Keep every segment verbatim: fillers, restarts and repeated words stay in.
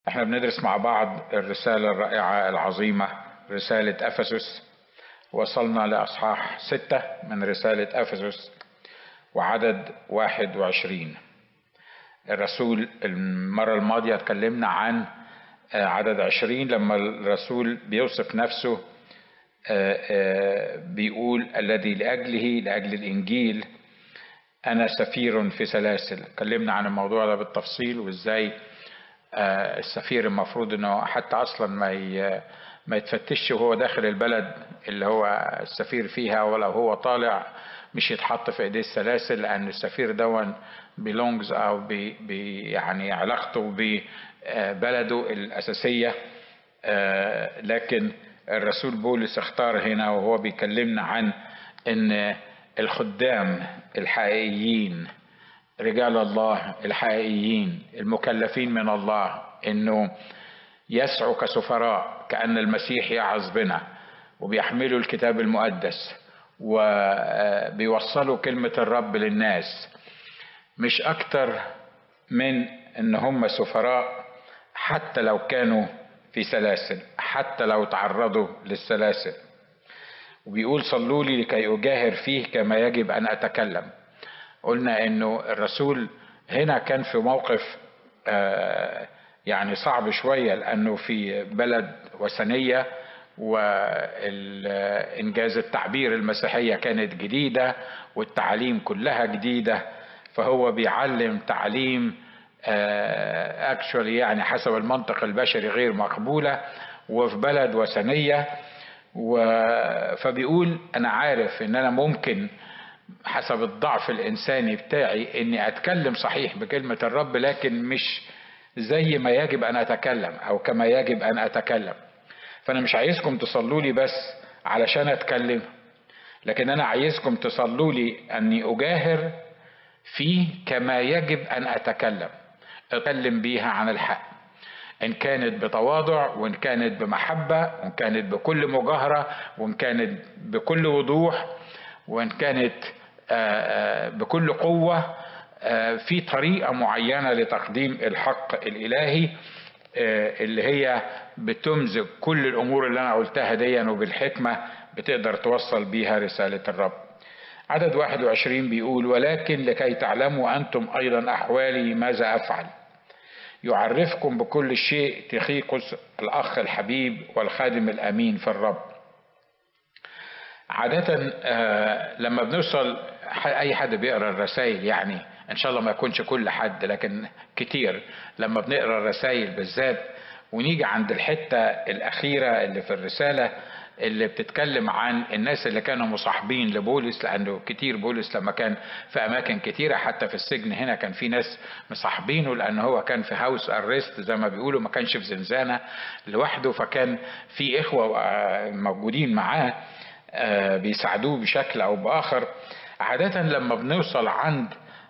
احنا بندرس مع بعض الرسالة الرائعة العظيمة رسالة أفسس. وصلنا لأصحاح ستة من رسالة أفسس وعدد واحد وعشرين. الرسول المرة الماضية اتكلمنا عن عدد عشرين لما الرسول بيوصف نفسه بيقول الذي لأجله لأجل الإنجيل أنا سفير في سلاسل. اتكلمنا عن الموضوع ده بالتفصيل وإزاي السفير المفروض انه حتى اصلا ما ما يتفتش وهو داخل البلد اللي هو السفير فيها، ولو هو طالع مش يتحط في ايديه السلاسل، لان السفير دون بيلونجز او بي بي يعني علاقته ببلده الاساسيه. لكن الرسول بولس اختار هنا وهو بيكلمنا عن ان الخدام الحقيقيين، رجال الله الحقيقيين المكلفين من الله، انه يسعوا كسفراء كأن المسيح يعظ بنا، وبيحملوا الكتاب المقدس وبيوصلوا كلمة الرب للناس، مش اكتر من ان هم سفراء حتى لو كانوا في سلاسل، حتى لو تعرضوا للسلاسل. وبيقول صلوا لي لكي أجاهر فيه كما يجب أن أتكلم. قلنا انه الرسول هنا كان في موقف آه يعني صعب شوية، لانه في بلد وثنية، وإنجاز التعبير المسيحية كانت جديدة والتعليم كلها جديدة، فهو بيعلم تعليم اكشولي آه يعني حسب المنطق البشري غير مقبولة، وفي بلد وثنية. فبيقول انا عارف ان انا ممكن حسب الضعف الإنساني بتاعي إني أتكلم صحيح بكلمة الرب، لكن مش زي ما يجب أن أتكلم أو كما يجب أن أتكلم. فأنا مش عايزكم تصلوا لي بس علشان أتكلم، لكن أنا عايزكم تصلوا لي أني أجاهر فيه كما يجب أن أتكلم، أتكلم بيها عن الحق، إن كانت بتواضع، وإن كانت بمحبة، وإن كانت بكل مجاهرة، وإن كانت بكل وضوح، وإن كانت بكل قوة، في طريقة معينة لتقديم الحق الإلهي اللي هي بتمزج كل الأمور اللي أنا قلتها دي، وبالحكمة بتقدر توصل بيها رسالة الرب. عدد واحد وعشرين بيقول ولكن لكي تعلموا أنتم أيضا أحوالي ماذا أفعل يعرفكم بكل شيء تخيقس الأخ الحبيب والخادم الأمين في الرب. عادة لما بنوصل أي حد بيقرأ الرسائل، يعني إن شاء الله ما يكونش كل حد لكن كتير، لما بنقرأ الرسائل بالذات ونيجي عند الحتة الأخيرة اللي في الرسالة اللي بتتكلم عن الناس اللي كانوا مصاحبين لبولس، لأنه كتير بولس لما كان في أماكن كتيرة حتى في السجن هنا كان في ناس مصاحبينه، لأنه هو كان في هاوس أرست زي ما بيقولوا، ما كانش في زنزانة لوحده، فكان في إخوة موجودين معاه بيساعدوه بشكل أو بآخر. عادة لما بنوصل عند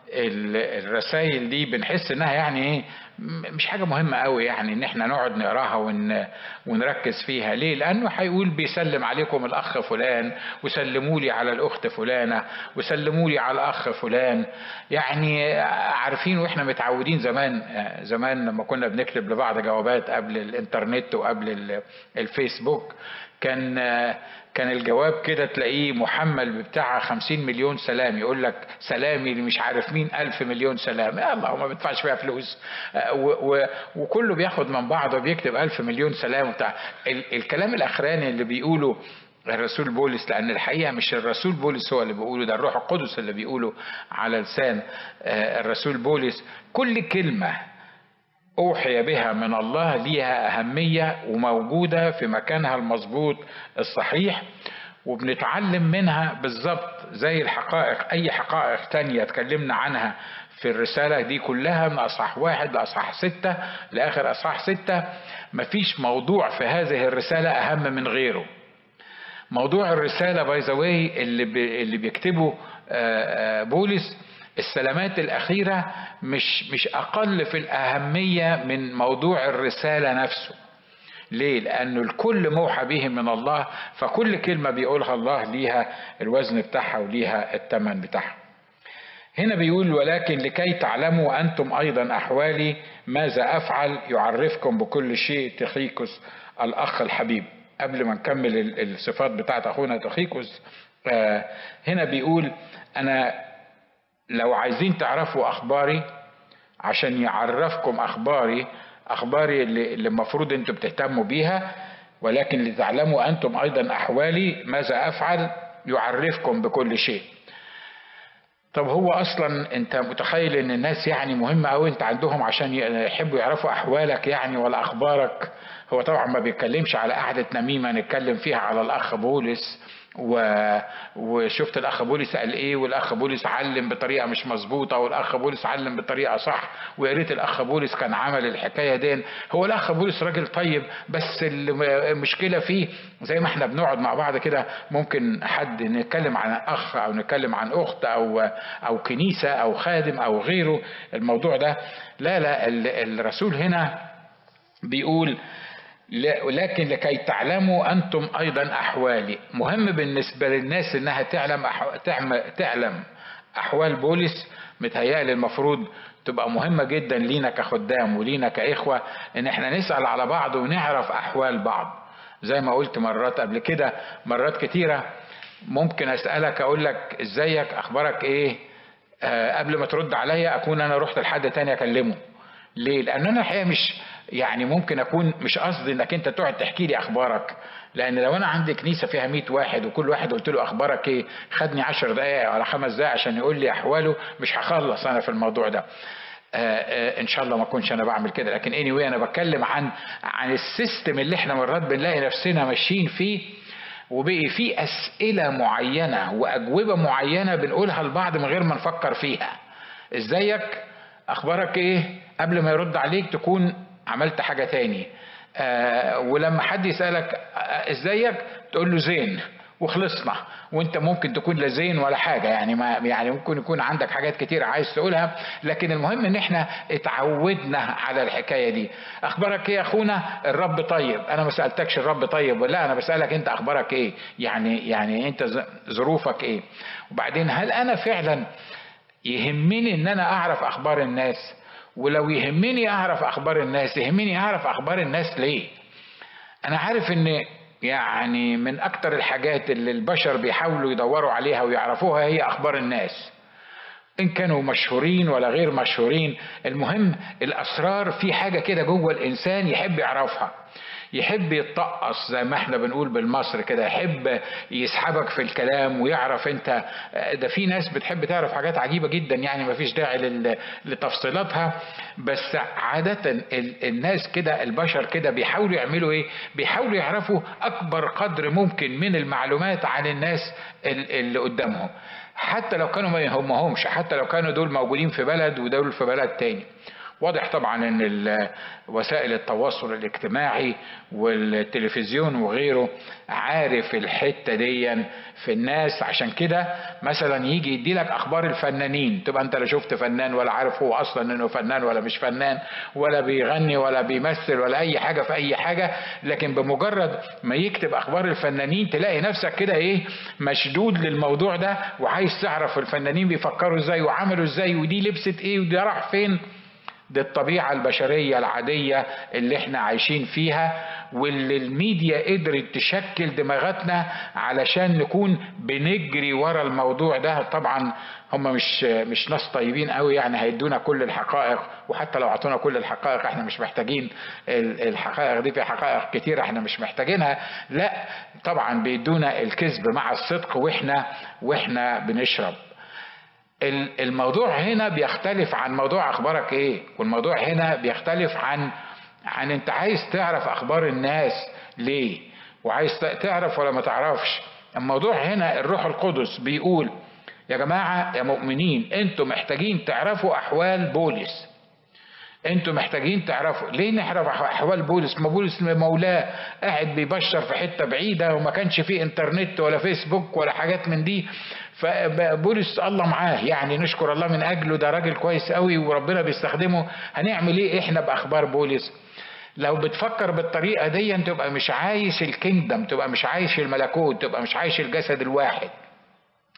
الرسائل دي بنحس انها يعني ايه مش حاجة مهمة قوي، يعني ان احنا نقعد نقراها ون ونركز فيها. ليه؟ لانه هيقول بيسلم عليكم الاخ فلان، وسلموا لي على الاخت فلانة، وسلموا لي على الاخ فلان. يعني عارفين واحنا متعودين زمان زمان لما كنا بنكتب لبعض جوابات قبل الانترنت وقبل الفيسبوك، كان كان الجواب كده تلاقيه محمل بتاع خمسين مليون سلام، يقول لك سلامي اللي مش عارف مين ألف مليون سلام، يا الله وما بيدفعش فيها فلوس، وكله بياخد من بعضه بيكتب ألف مليون سلام وبتاع. الكلام الأخراني اللي بيقوله الرسول بولس، لأن الحقيقة مش الرسول بولس هو اللي بيقوله، ده الروح القدس اللي بيقوله على لسان الرسول بولس. كل كلمة أوحي بها من الله ليها أهمية وموجودة في مكانها المظبوط الصحيح، وبنتعلم منها بالظبط زي الحقائق، أي حقائق تانية اتكلمنا عنها في الرسالة دي كلها من أصحاح واحد لأصحاح ستة لآخر أصحاح ستة. مفيش موضوع في هذه الرسالة أهم من غيره. موضوع الرسالة باي ذا واي اللي, بي اللي بيكتبه بولس، السلامات الأخيرة مش مش أقل في الأهمية من موضوع الرسالة نفسه. ليه؟ لأنه الكل موحى به من الله، فكل كلمة بيقولها الله ليها الوزن بتاعها وليها الثمن بتاعها. هنا بيقول ولكن لكي تعلموا أنتم أيضا أحوالي ماذا أفعل يعرفكم بكل شيء تخيكوس الأخ الحبيب. قبل ما نكمل الصفات بتاعت أخونا تخيكوس، آه هنا بيقول أنا لو عايزين تعرفوا أخباري عشان يعرفكم أخباري أخباري اللي المفروض أنتم بتهتموا بيها، ولكن لتعلموا أنتم أيضا أحوالي ماذا أفعل يعرفكم بكل شيء. طب هو أصلا أنت متخيل أن الناس يعني مهمة أوي أنت عندهم عشان يحبوا يعرفوا أحوالك يعني ولا أخبارك؟ هو طبعا ما بيتكلمش على قعدة نميمة نتكلم فيها على الأخ بولس و... وشفت الأخ بولس قال إيه، والأخ بولس علم بطريقة مش مظبوطة، والأخ بولس علم بطريقة صح، ويا ريت الأخ بولس كان عمل الحكاية دي. هو الأخ بولس راجل طيب، بس المشكلة فيه زي ما احنا بنقعد مع بعض كده ممكن حد نتكلم عن أخ أو نتكلم عن أخت أو أو كنيسة أو خادم أو غيره الموضوع ده. لا لا الرسول هنا بيقول لكن لكي تعلموا أنتم أيضا أحوالي. مهم بالنسبة للناس إنها تعلم تعلم أحوال بولس. متهيألي المفروض تبقى مهمة جدا لينا كخدام ولينا كإخوة إن احنا نسأل على بعض ونعرف أحوال بعض. زي ما قلت مرات قبل كده، مرات كتيرة ممكن أسألك أقول لك إزيك أخبارك إيه، آه قبل ما ترد عليا أكون أنا رحت لحد تاني أكلمه. ليه؟ لأن أنا الحقيقة مش يعني ممكن أكون مش قصدي إنك أنت تقعد تحكي لي أخبارك، لأن لو أنا عندي كنيسة فيها مئة واحد وكل واحد قلت له أخبارك إيه خدني عشر دقايق ولا خمس دقايق عشان يقول لي أحواله، مش هخلص أنا في الموضوع ده. آآ آآ إن شاء الله ما أكونش أنا بعمل كده، لكن anyway أنا بتكلم عن عن السيستم اللي إحنا مرات بنلاقي نفسنا ماشيين فيه، وبقي في أسئلة معينة وأجوبة معينة بنقولها لبعض من غير ما نفكر فيها. إزيك أخبارك إيه قبل ما يرد عليك تكون عملت حاجة تاني. آه ولما حد يسألك إزيك تقول له زين وخلصنا، وانت ممكن تكون لا زين ولا حاجة، يعني ما يعني ممكن يكون عندك حاجات كتير عايز تقولها، لكن المهم ان احنا اتعودنا على الحكاية دي. اخبارك ايه يا اخونا؟ الرب طيب. انا ما سألتكش الرب طيب ولا، انا بسألك انت اخبارك ايه، يعني يعني انت ظروفك ايه. وبعدين هل انا فعلا يهمني ان انا اعرف اخبار الناس؟ ولو يهمني اعرف اخبار الناس، يهمني اعرف اخبار الناس ليه؟ انا عارف ان يعني من اكتر الحاجات اللي البشر بيحاولوا يدوروا عليها ويعرفوها هي اخبار الناس، ان كانوا مشهورين ولا غير مشهورين. المهم الاسرار في حاجة كده جوه الانسان يحب يعرفها، يحب يتطقص زي ما احنا بنقول بالمصر كده، يحب يسحبك في الكلام ويعرف انت. ده في ناس بتحب تعرف حاجات عجيبة جدا، يعني ما فيش داعي لتفصيلاتها، بس عادة الناس كده البشر كده بيحاولوا يعملوا ايه، بيحاولوا يعرفوا اكبر قدر ممكن من المعلومات عن الناس اللي قدامهم، حتى لو كانوا ما يهمهمش، حتى لو كانوا دول موجودين في بلد ودول في بلد تاني. واضح طبعا ان وسائل التواصل الاجتماعي والتلفزيون وغيره عارف الحتة دي في الناس، عشان كده مثلا يجي يدي لك اخبار الفنانين، تبقى انت لا شفت فنان ولا عارف هو اصلا انه فنان ولا مش فنان ولا بيغني ولا بيمثل ولا اي حاجة في اي حاجة، لكن بمجرد ما يكتب اخبار الفنانين تلاقي نفسك كده ايه مشدود للموضوع ده، وعايز تعرف الفنانين بيفكروا ازاي وعملوا ازاي ودي لبست ايه ودي راح فين. دي الطبيعة البشرية العادية اللي احنا عايشين فيها، واللي الميديا قدرت تشكل دماغاتنا علشان نكون بنجري ورا الموضوع ده. طبعا هم مش مش ناس طيبين قوي، يعني هيدونا كل الحقائق، وحتى لو عطونا كل الحقائق احنا مش محتاجين الحقائق دي، في حقائق كتير احنا مش محتاجينها. لا طبعا بيدونا الكذب مع الصدق واحنا واحنا بنشرب. الموضوع هنا بيختلف عن موضوع اخبارك ايه، والموضوع هنا بيختلف عن عن انت عايز تعرف اخبار الناس ليه، وعايز تعرف ولا ما تعرفش. الموضوع هنا الروح القدس بيقول يا جماعة يا مؤمنين انتوا محتاجين تعرفوا احوال بولس، انتوا محتاجين تعرفوا. ليه نعرف احوال بولس؟ ما بولس مولاه قاعد بيبشر في حتة بعيدة وما كانش فيه انترنت ولا فيسبوك ولا حاجات من دي، فبولس الله معاه، يعني نشكر الله من اجله، ده راجل كويس قوي وربنا بيستخدمه. هنعمل ايه احنا باخبار بولس؟ لو بتفكر بالطريقة دي تبقى مش عايش الكينجدم، تبقى مش عايش الملكوت، تبقى مش عايش الجسد الواحد.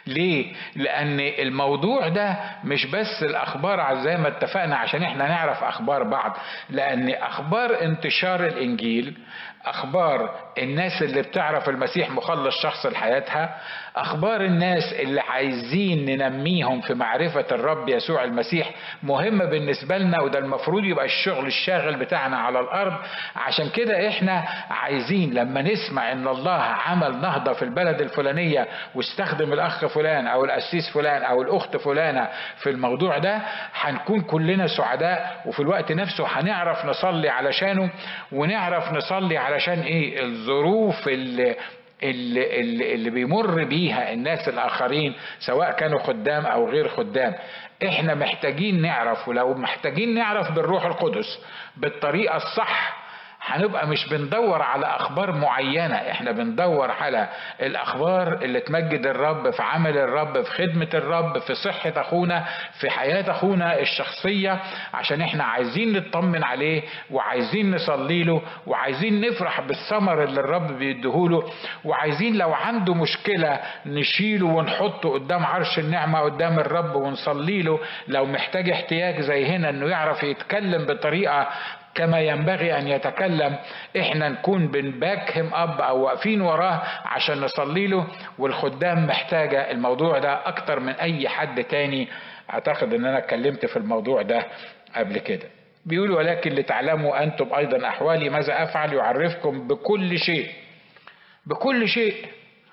ليه؟ لأن الموضوع ده مش بس الأخبار زي ما اتفقنا عشان احنا نعرف أخبار بعض، لأن أخبار انتشار الإنجيل، أخبار الناس اللي بتعرف المسيح مخلص شخص لحياتها، أخبار الناس اللي عايزين ننميهم في معرفة الرب يسوع المسيح مهمة بالنسبة لنا، وده المفروض يبقى الشغل الشاغل بتاعنا على الأرض. عشان كده احنا عايزين لما نسمع ان الله عمل نهضة في البلد الفلانية واستخدم الأخ فلان أو الأسيس فلان أو الأخت فلانة في الموضوع ده، هنكون كلنا سعداء، وفي الوقت نفسه هنعرف نصلي علشانه، ونعرف نصلي علشان ايه الظروف اللي اللي, اللي, اللي بيمر بيها الناس الآخرين سواء كانوا خدام أو غير خدام. احنا محتاجين نعرف، ولو محتاجين نعرف بالروح القدس بالطريقة الصح، هنبقى مش بندور على أخبار معينة، احنا بندور على الأخبار اللي تمجد الرب في عمل الرب، في خدمة الرب، في صحة أخونا، في حياة أخونا الشخصية، عشان احنا عايزين نطمن عليه وعايزين نصلي له وعايزين نفرح بالثمر اللي الرب بيديهوله، وعايزين لو عنده مشكلة نشيله ونحطه قدام عرش النعمة قدام الرب ونصلي له. لو محتاج احتياج زي هنا انه يعرف يتكلم بطريقة كما ينبغي أن يتكلم، إحنا نكون بنباكهم أب أو واقفين وراه عشان نصلي له. والخدام محتاجة الموضوع ده أكتر من أي حد تاني. أعتقد أن أنا اتكلمت في الموضوع ده قبل كده. بيقول ولكن لتعلموا أنتم أيضا أحوالي ماذا أفعل، يعرفكم بكل شيء. بكل شيء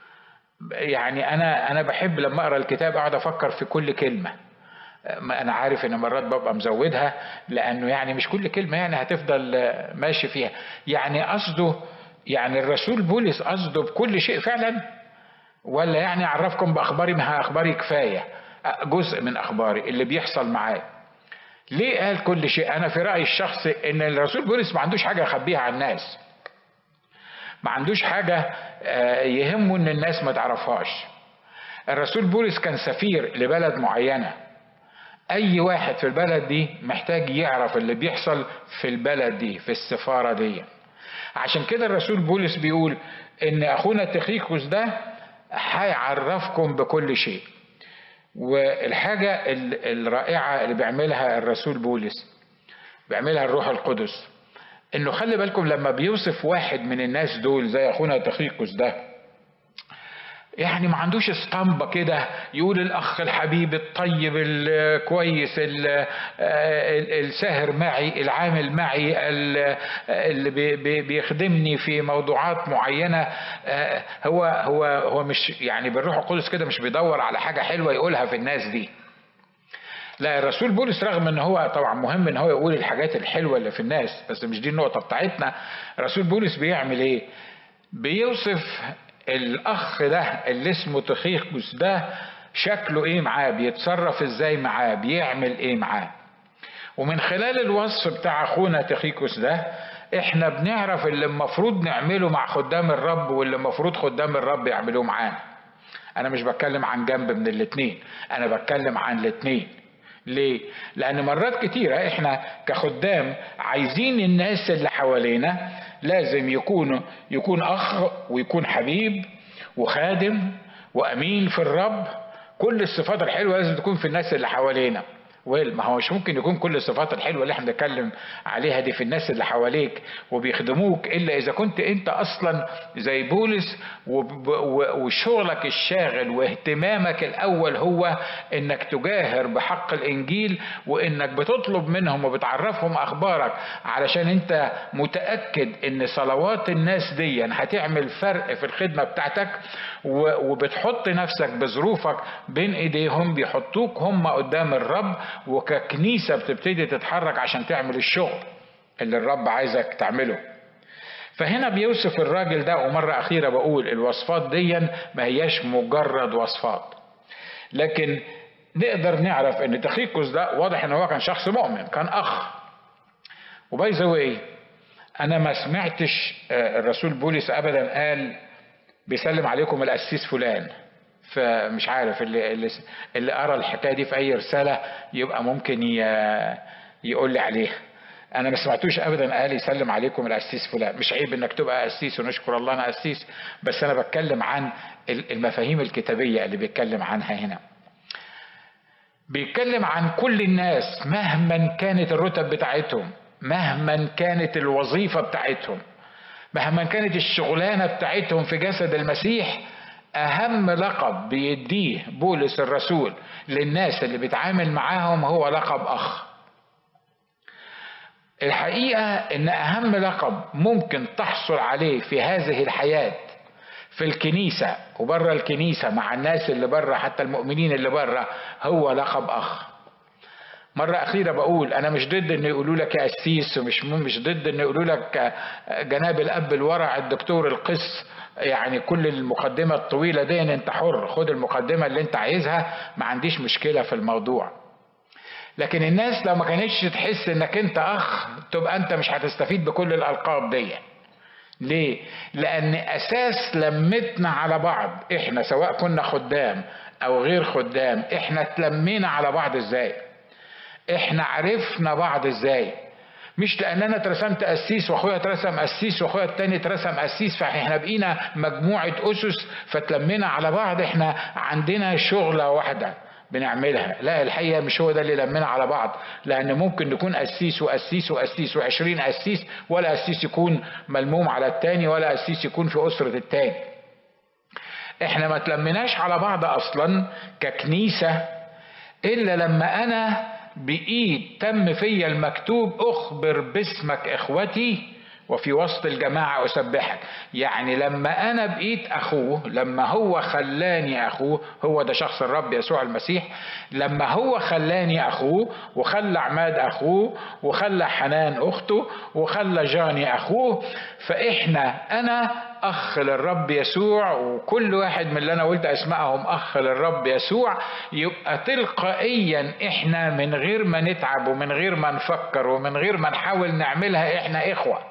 يعني أنا أنا بحب لما أقرأ الكتاب أقعد أفكر في كل كلمة. أنا عارف إن مرات ببقى مزودها لأنه يعني مش كل كلمة يعني هتفضل ماشي فيها. يعني قصده يعني الرسول بولس قصده بكل شيء فعلا، ولا يعني أعرفكم بأخباري؟ ما أخباري كفاية، جزء من أخباري اللي بيحصل معايا. ليه قال كل شيء؟ أنا في رأيي الشخصي إن الرسول بولس ما عندوش حاجة يخبيها عن الناس، ما عندوش حاجة يهمه إن الناس ما تعرفهاش. الرسول بولس كان سفير لبلد معينة، اي واحد في البلد دي محتاج يعرف اللي بيحصل في البلد دي في السفارة دي. عشان كده الرسول بولس بيقول ان اخونا تخيكوس ده هيعرفكم بكل شيء. والحاجة الرائعة اللي بيعملها الرسول بولس بيعملها الروح القدس، انه خلي بالكم لما بيوصف واحد من الناس دول زي اخونا تخيكوس ده، يعني ما عندوش اسطمبة كده يقول الأخ الحبيب الطيب الكويس الساهر معي العامل معي اللي بيخدمني في موضوعات معينة. هو هو هو مش يعني بالروح القدس كده مش بيدور على حاجة حلوة يقولها في الناس دي. لا، الرسول بولس رغم ان هو طبعا مهم ان هو يقول الحاجات الحلوة اللي في الناس، بس مش دي النقطة بتاعتنا. الرسول بولس بيعمل ايه؟ بيوصف الأخ ده اللي اسمه تخيكوس ده شكله إيه معاه، بيتصرف إزاي معاه، بيعمل إيه معاه. ومن خلال الوصف بتاع أخونا تخيكوس ده إحنا بنعرف اللي المفروض نعمله مع خدام الرب واللي المفروض خدام الرب يعملوه معانا. أنا مش بتكلم عن جنب من الاتنين، أنا بتكلم عن الاتنين. ليه؟ لأن مرات كتيرة إحنا كخدام عايزين الناس اللي حوالينا لازم يكون يكون أخ ويكون حبيب وخادم وأمين في الرب. كل الصفات الحلوة لازم تكون في الناس اللي حوالينا. ما هو مش ممكن يكون كل الصفات الحلوة اللي احنا بنتكلم عليها دي في الناس اللي حواليك وبيخدموك إلا إذا كنت أنت أصلا زي بولس وشغلك الشاغل واهتمامك الأول هو إنك تجاهر بحق الإنجيل، وإنك بتطلب منهم وبتعرفهم أخبارك علشان أنت متأكد إن صلوات الناس دي هتعمل فرق في الخدمة بتاعتك، وبتحط نفسك بظروفك بين إيديهم، بيحطوك هم قدام الرب، وككنيسة بتبتدي تتحرك عشان تعمل الشغل اللي الرب عايزك تعمله. فهنا بيوصف الراجل ده، ومرة أخيرة بقول الوصفات دي ما هياش مجرد وصفات، لكن نقدر نعرف ان تخيكوس ده واضح ان هو كان شخص مؤمن، كان أخ. وباي ذا واي أنا ما سمعتش الرسول بولس أبدا قال بيسلم عليكم القسيس فلان. فمش عارف اللي اللي, اللي قرأ الحكاية دي في أي رسالة يبقى ممكن يقول لي عليها. انا ما سمعتوش ابدا قال يسلم عليكم القسيس فلان. مش عيب انك تبقى قسيس ونشكر الله انا قسيس، بس انا بتكلم عن المفاهيم الكتابيه اللي بيتكلم عنها هنا. بيتكلم عن كل الناس مهما كانت الرتب بتاعتهم، مهما كانت الوظيفه بتاعتهم، مهما كانت الشغلانه بتاعتهم في جسد المسيح. اهم لقب بيديه بولس الرسول للناس اللي بيتعامل معاهم هو لقب اخ. الحقيقه ان اهم لقب ممكن تحصل عليه في هذه الحياه في الكنيسه وبره الكنيسه مع الناس اللي بره، حتى المؤمنين اللي بره، هو لقب اخ. مرة أخيرة بقول أنا مش ضد إن يقولوا لك يا قسيس، ومش مش ضد إن يقولوا لك جناب الأب الورع الدكتور القس، يعني كل المقدمة الطويلة دي إن أنت حر، خد المقدمة اللي أنت عايزها، ما عنديش مشكلة في الموضوع. لكن الناس لو ما كانتش تحس إنك أنت أخ تبقى أنت مش هتستفيد بكل الألقاب دي. ليه؟ لأن أساس لمتنا على بعض إحنا سواء كنا خدام أو غير خدام، إحنا اتلمينا على بعض إزاي؟ احنا عرفنا بعض ازاي؟ مش لان انا اترسمت قسيس واخويا اترسم قسيس واخويا التاني اترسم قسيس فاحنا بقينا مجموعه اسس فتلمينا على بعض احنا عندنا شغله واحده بنعملها. لا، الحقيقه مش هو ده اللي لمنا على بعض، لان ممكن نكون قسيس وقسيس وقسيس وعشرين قسيس، ولا قسيس يكون ملموم على التاني ولا قسيس يكون في اسره التاني. احنا ما تلمناش على بعض اصلا ككنيسه الا لما انا بإيد تم فيا المكتوب أخبر باسمك إخوتي وفي وسط الجماعة أسبحك. يعني لما أنا بقيت أخوه، لما هو خلاني أخوه، هو ده شخص الرب يسوع المسيح، لما هو خلاني أخوه وخلى عماد أخوه وخلى حنان أخته وخلى جاني أخوه، فإحنا أنا أخ للرب يسوع، وكل واحد من اللي أنا قلت أسمائهم أخ للرب يسوع، يبقى تلقائيا إحنا من غير ما نتعب ومن غير ما نفكر ومن غير ما نحاول نعملها إحنا إخوة.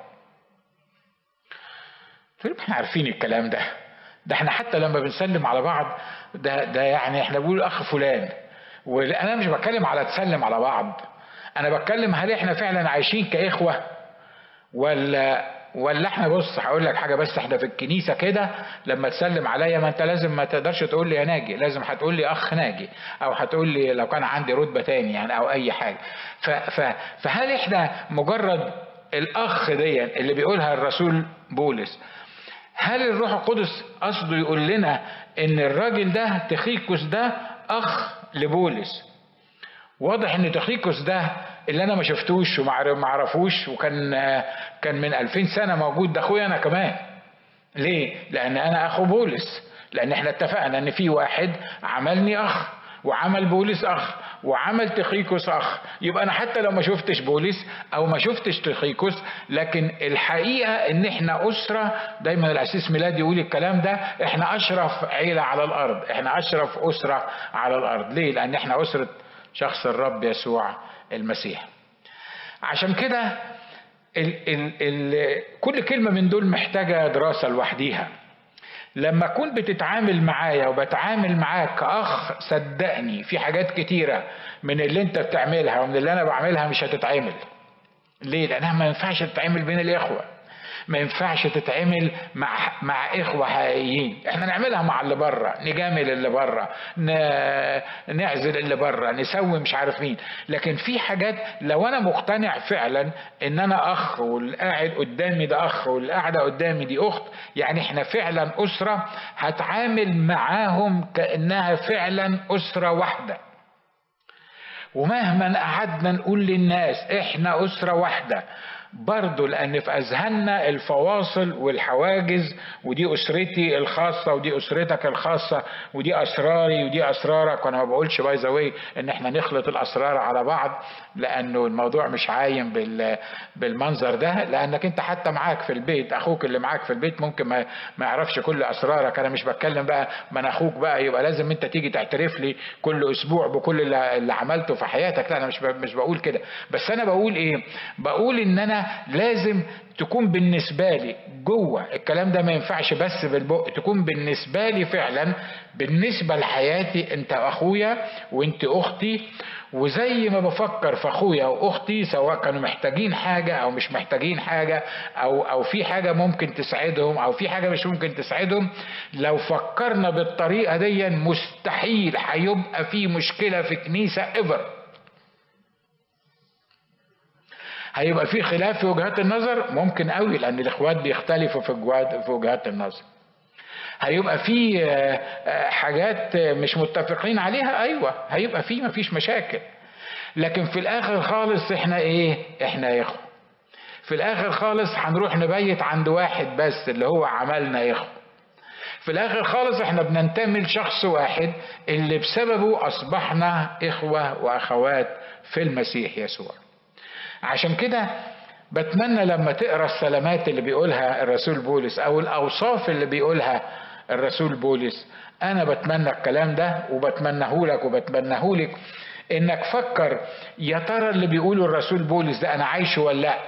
احنا عارفين الكلام ده، ده احنا حتى لما بنسلم على بعض ده ده يعني احنا بنقول اخ فلان. وانا مش بتكلم على تسلم على بعض، انا بتكلم هل احنا فعلا عايشين كاخوه ولا ولا احنا. بص هقول لك حاجه، بس احنا في الكنيسه كده لما تسلم عليا ما انت لازم ما تقدرش تقول لي يا ناجي، لازم هتقول لي اخ ناجي، او هتقول لي لو كان عندي رتبه تاني يعني او اي حاجه. ف ف فهل احنا مجرد الاخ دي اللي بيقولها الرسول بولس، هل الروح القدس قصده يقول لنا ان الراجل ده تخيكوس ده اخ لبولس؟ واضح ان تخيكوس ده اللي انا ما شفتوش وما عرفوش وكان كان من ألفين سنة موجود، ده اخويا انا كمان. ليه؟ لان انا اخو بولس، لان احنا اتفقنا ان في واحد عملني اخ وعمل بولس اخ وعمل تخيكوس اخ. يبقى انا حتى لو ما شفتش بولس او ما شفتش تخيكوس، لكن الحقيقه ان احنا اسره. دايما القسيس ميلاد يقول الكلام ده، احنا اشرف عيله على الارض، احنا اشرف اسره على الارض. ليه؟ لان احنا اسره شخص الرب يسوع المسيح. عشان كده ال ال ال كل كلمه من دول محتاجه دراسه لوحديها. لما كنت بتتعامل معايا وبتعامل معاك كأخ، صدقني في حاجات كتيرة من اللي انت بتعملها ومن اللي انا بعملها مش هتتعمل. ليه؟ لانها ما ينفعش تتعمل بين الاخوة، ما ينفعش تتعمل مع مع اخوة حقيقيين. احنا نعملها مع اللي بره، نجامل اللي بره، نعزل اللي بره، نسوي مش عارف مين. لكن في حاجات لو انا مقتنع فعلا ان انا اخ واللي قاعد قدامي ده اخ واللي قاعده قدامي دي اخت، يعني احنا فعلا اسرة، هتعامل معاهم كأنها فعلا اسرة واحدة. ومهما قعدنا نقول للناس احنا اسرة واحدة، برضو لأن في أذهاننا الفواصل والحواجز، ودي أسرتي الخاصة ودي أسرتك الخاصة ودي أسراري ودي أسرارك. وأنا ما بقولش باي ذا واي إن إحنا نخلط الأسرار على بعض، لأنه الموضوع مش عايم بالمنظر ده، لأنك أنت حتى معاك في البيت أخوك اللي معاك في البيت ممكن ما ما يعرفش كل أسرارك. أنا مش بتكلم بقى من أخوك بقى يبقى لازم أنت تيجي تعترف لي كل أسبوع بكل اللي عملته في حياتك. لا، أنا مش مش بقول كده، بس أنا بقول إيه؟ بقول إن أنا لازم تكون بالنسبة لي جوه الكلام ده، ما ينفعش بس بالبق، تكون بالنسبة لي فعلا بالنسبة لحياتي انت اخويا وانت اختي، وزي ما بفكر في اخويا واختي سواء كانوا محتاجين حاجة او مش محتاجين حاجة او او في حاجة ممكن تساعدهم او في حاجة مش ممكن تساعدهم، لو فكرنا بالطريقة دي مستحيل هيبقى في مشكلة في كنيسة ايفر. هيبقى في خلاف في وجهات النظر ممكن قوي، لان الاخوات بيختلفوا في وجهات النظر. هيبقى في حاجات مش متفقين عليها، ايوه هيبقى في، مفيش مشاكل. لكن في الاخر خالص احنا ايه؟ احنا اخوة. في الاخر خالص هنروح نبيت عند واحد بس اللي هو عملنا اخوة. في الاخر خالص احنا بننتمي لشخص واحد اللي بسببه اصبحنا اخوة واخوات في المسيح يسوع. عشان كده بتمنى لما تقرأ السلامات اللي بيقولها الرسول بولس او الاوصاف اللي بيقولها الرسول بولس، انا بتمنى الكلام ده وبتمنهولك وبتمنهولك انك فكر يا ترى اللي بيقوله الرسول بولس ده انا عايشه ولا لا؟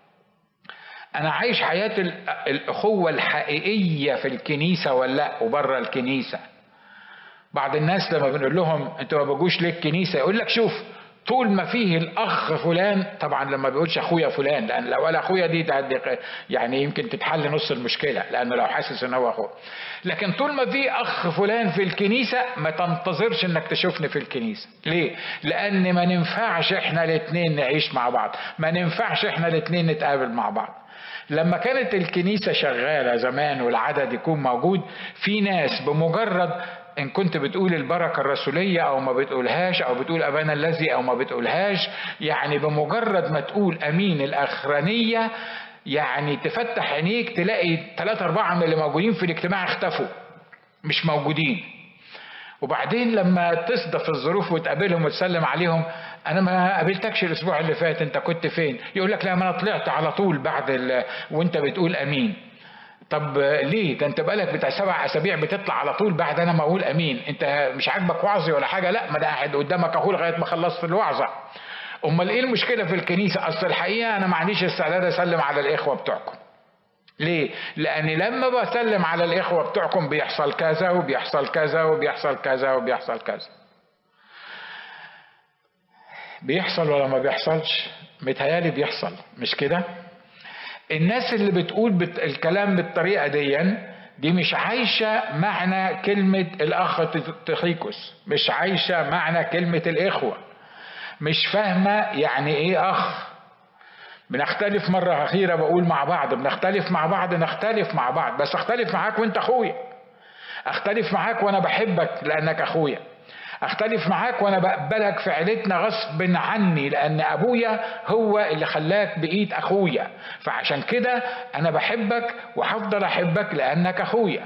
انا عايش حياة الاخوة الحقيقية في الكنيسة ولا لا وبره الكنيسة؟ بعض الناس لما بنقول لهم انتوا ما بجوش ليه الكنيسة يقول لك شوف طول ما فيه الاخ فلان، طبعا لما بيقولش اخويا فلان لان لو قال اخويا دي يعني يمكن تتحل نص المشكله لانه لو حاسس ان هو اخوه، لكن طول ما فيه اخ فلان في الكنيسه ما تنتظرش انك تشوفني في الكنيسه. ليه؟ لان ما ننفعش احنا الاثنين نعيش مع بعض، ما ننفعش احنا الاثنين نتقابل مع بعض. لما كانت الكنيسه شغاله زمان والعدد يكون موجود، في ناس بمجرد إن كنت بتقول البركة الرسولية أو ما بتقولهاش أو بتقول أبانا الذي أو ما بتقولهاش، يعني بمجرد ما تقول أمين الأخرانية يعني تفتح عينيك تلاقي ثلاثة أربعة من اللي موجودين في الاجتماع اختفوا مش موجودين. وبعدين لما تصدف الظروف وتقابلهم وتسلم عليهم، أنا ما قابلتكش الأسبوع اللي فات أنت كنت فين؟ يقول لك لا ما أنا طلعت على طول بعد ال... وأنت بتقول أمين. طب ليه؟ ده انت بقالك بتاع سبع اسابيع بتطلع على طول بعد انا ما اقول امين. انت مش عاجبك وعظي ولا حاجه؟ لا ما انا قاعد قدامك اهو لغايه ما خلصت الوعظه. امال ايه المشكله في الكنيسه؟ اصل الحقيقه انا ما عنديش استعداد اسلم على الاخوه بتوعكم. ليه؟ لان لما بسلم على الاخوه بتوعكم بيحصل كذا وبيحصل كذا وبيحصل كذا وبيحصل كذا. بيحصل ولا ما بيحصلش؟ متهيالي بيحصل، مش كده؟ الناس اللي بتقول بت... الكلام بالطريقة دي دي مش عايشة معنى كلمة الأخ تخيكوس، مش عايشة معنى كلمة الإخوة، مش فاهمة يعني إيه أخ. بنختلف مرة أخيرة بقول مع بعض، بنختلف مع بعض نختلف مع بعض، بس أختلف معاك وإنت أخويا، أختلف معاك وأنا بحبك لأنك أخويا، اختلف معاك وانا بقبلك في عيلتنا غصب عني لان ابويا هو اللي خلاك بقيت اخويا، فعشان كده انا بحبك وهفضل احبك لانك اخويا.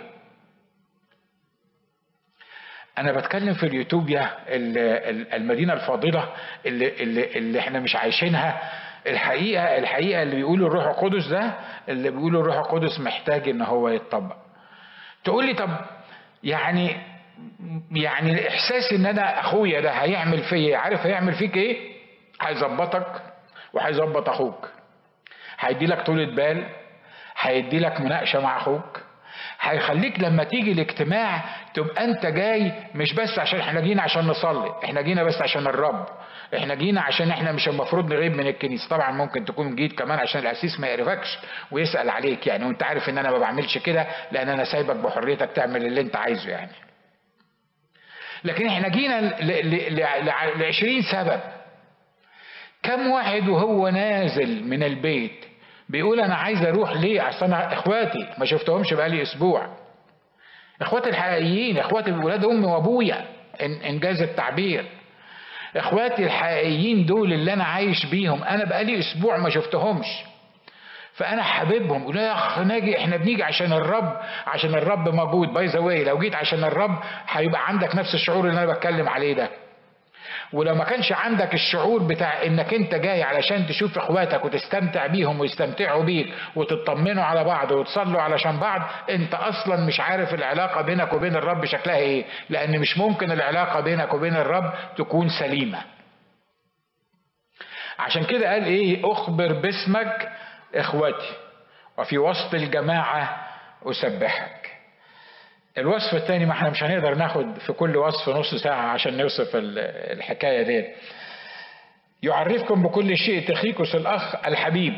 انا بتكلم في اليوتوبيا المدينه الفاضله اللي, اللي, اللي احنا مش عايشينها. الحقيقه الحقيقه اللي بيقولوا الروح القدس ده، اللي بيقولوا الروح القدس محتاج ان هو يتطبق. تقول لي طب يعني يعني الاحساس ان انا اخويا ده هيعمل فيا، عارف هيعمل فيك ايه؟ هيظبطك وهيظبط اخوك، هيدي لك طولة بال، هيدي لك مناقشه مع اخوك، هيخليك لما تيجي الاجتماع تبقى انت جاي مش بس عشان احنا جينا عشان نصلي، احنا جينا بس عشان الرب، احنا جينا عشان احنا مش المفروض نغيب من الكنيسه. طبعا ممكن تكون جيت كمان عشان القسيس ما يعرفكش ويسال عليك يعني، وانت عارف ان انا ما بعملش كده لان انا سايبك بحريتك تعمل اللي انت عايزه يعني. لكن احنا جينا لعشرين سبب. كم واحد وهو نازل من البيت بيقول انا عايز اروح ليه؟ اصل انا اخواتي ما شفتهمش بقالي اسبوع، اخواتي الحقيقيين، اخواتي ولاد امي وابويا انجاز التعبير، اخواتي الحقيقيين دول اللي انا عايش بيهم، انا بقالي اسبوع ما شفتهمش، فانا حبيبهم. يقول يا اخ ناجي احنا بنيجي عشان الرب، عشان الرب موجود. باي ذا واي لو جيت عشان الرب هيبقى عندك نفس الشعور اللي انا بتكلم عليه ده، ولو ما كانش عندك الشعور بتاع انك انت جاي علشان تشوف اخواتك وتستمتع بيهم ويستمتعوا بيك وتطمنوا على بعض وتصلوا علشان بعض، انت اصلا مش عارف العلاقة بينك وبين الرب شكلها ايه، لان مش ممكن العلاقة بينك وبين الرب تكون سليمة. عشان كده قال ايه؟ اخبر باسمك اخواتي وفي وسط الجماعة اسبحك. الوصف الثاني ما احنا مش هنقدر ناخد في كل وصف نص ساعة عشان نوصف الحكاية دي، يعرفكم بكل شيء تخيكوس الأخ الحبيب.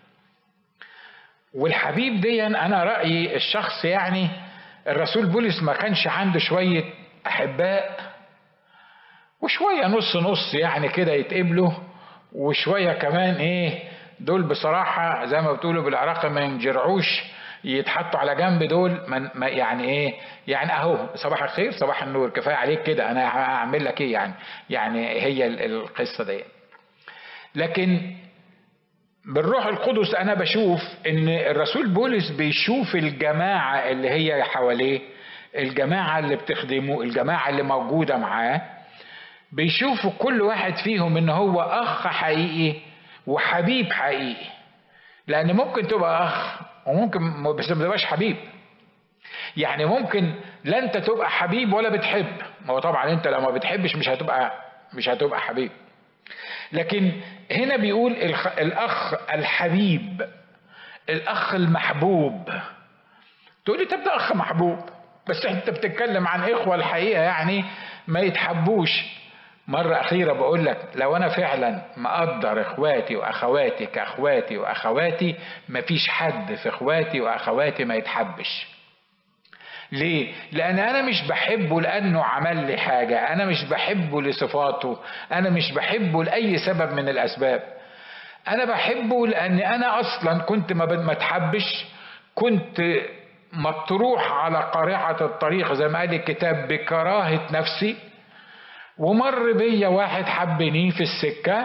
والحبيب دي أنا رأيي الشخص، يعني الرسول بولس ما كانش عنده شوية أحباء وشوية نص نص يعني كده يتقبلوا، وشوية كمان إيه دول بصراحة زي ما بتقولوا بالعراقي ما ينجرعوش يتحطوا على جنب، دول ما يعني ايه يعني اهو صباح الخير صباح النور كفايه عليك كده، انا هعمل لك ايه يعني يعني هي القصه دي. لكن بالروح القدس انا بشوف ان الرسول بولس بيشوف الجماعه اللي هي حواليه، الجماعه اللي بتخدمه، الجماعه اللي موجوده معاه، بيشوفوا كل واحد فيهم ان هو اخ حقيقي وحبيب حقيقي. لان ممكن تبقى اخ وممكن بس ما تبقاش حبيب. يعني ممكن لا انت تبقى حبيب ولا بتحب، ما هو طبعا انت لو ما بتحبش مش هتبقى مش هتبقى حبيب. لكن هنا بيقول الاخ الحبيب، الاخ المحبوب. تقولي طب ده اخ محبوب، بس انت بتتكلم عن اخوه الحقيقه يعني ما يتحبوش. مرة أخيرة بقول لك لو أنا فعلا مقدر إخواتي وأخواتي كأخواتي وأخواتي، مفيش حد في إخواتي وأخواتي ما يتحبش. ليه؟ لأن أنا مش بحبه لأنه عمل لي حاجة، أنا مش بحبه لصفاته، أنا مش بحبه لأي سبب من الأسباب. أنا بحبه لأن أنا أصلا كنت ما اتحبش، كنت مطروح على قارعة الطريق زي ما قال الكتاب بكراهة نفسي، ومر بيا واحد حبني في السكة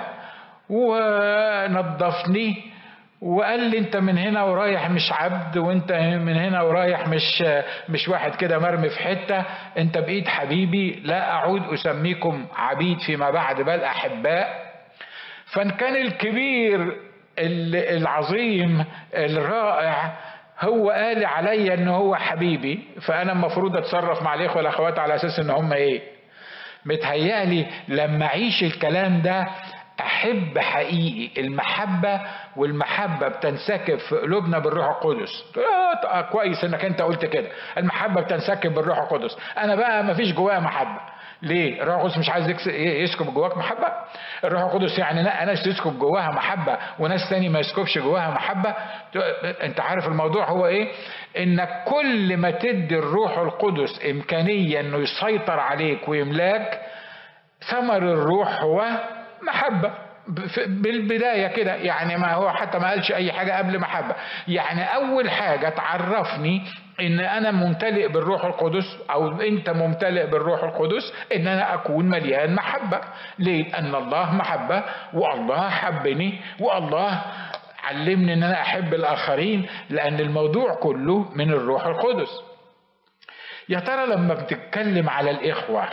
ونظفني وقال لي انت من هنا ورايح مش عبد، وانت من هنا ورايح مش مش واحد كده مرمي في حتة، انت بقيت حبيبي، لا اعود اسميكم عبيد فيما بعد بل احباء. فان كان الكبير العظيم الرائع هو قال عليا ان هو حبيبي، فانا المفروض اتصرف مع الاخوة والاخوات على اساس ان هم ايه؟ متهيألي لما اعيش الكلام ده احب حقيقي. المحبة والمحبة بتنسكب في قلوبنا بالروح القدس. اه كويس انك انت قلت كده، المحبة بتنسكب بالروح القدس. انا بقى ما فيش جوايا محبة. ليه؟ الروح القدس مش عايز يسكب جواك محبة؟ الروح القدس يعني ناس تسكب جواها محبة وناس تاني ما يسكبش جواها محبة. انت عارف الموضوع هو ايه؟ انك كل ما تدي الروح القدس امكانية انه يسيطر عليك ويملاك، ثمر الروح هو محبة بالبداية كده. يعني ما هو حتى ما قالش اي حاجة قبل محبة. يعني اول حاجة تعرفني ان انا ممتلئ بالروح القدس او انت ممتلئ بالروح القدس ان انا اكون مليان محبة. ليه؟ لان الله محبة، والله حبني، والله علمني ان انا احب الاخرين، لان الموضوع كله من الروح القدس. يا ترى لما بتتكلم على الاخوة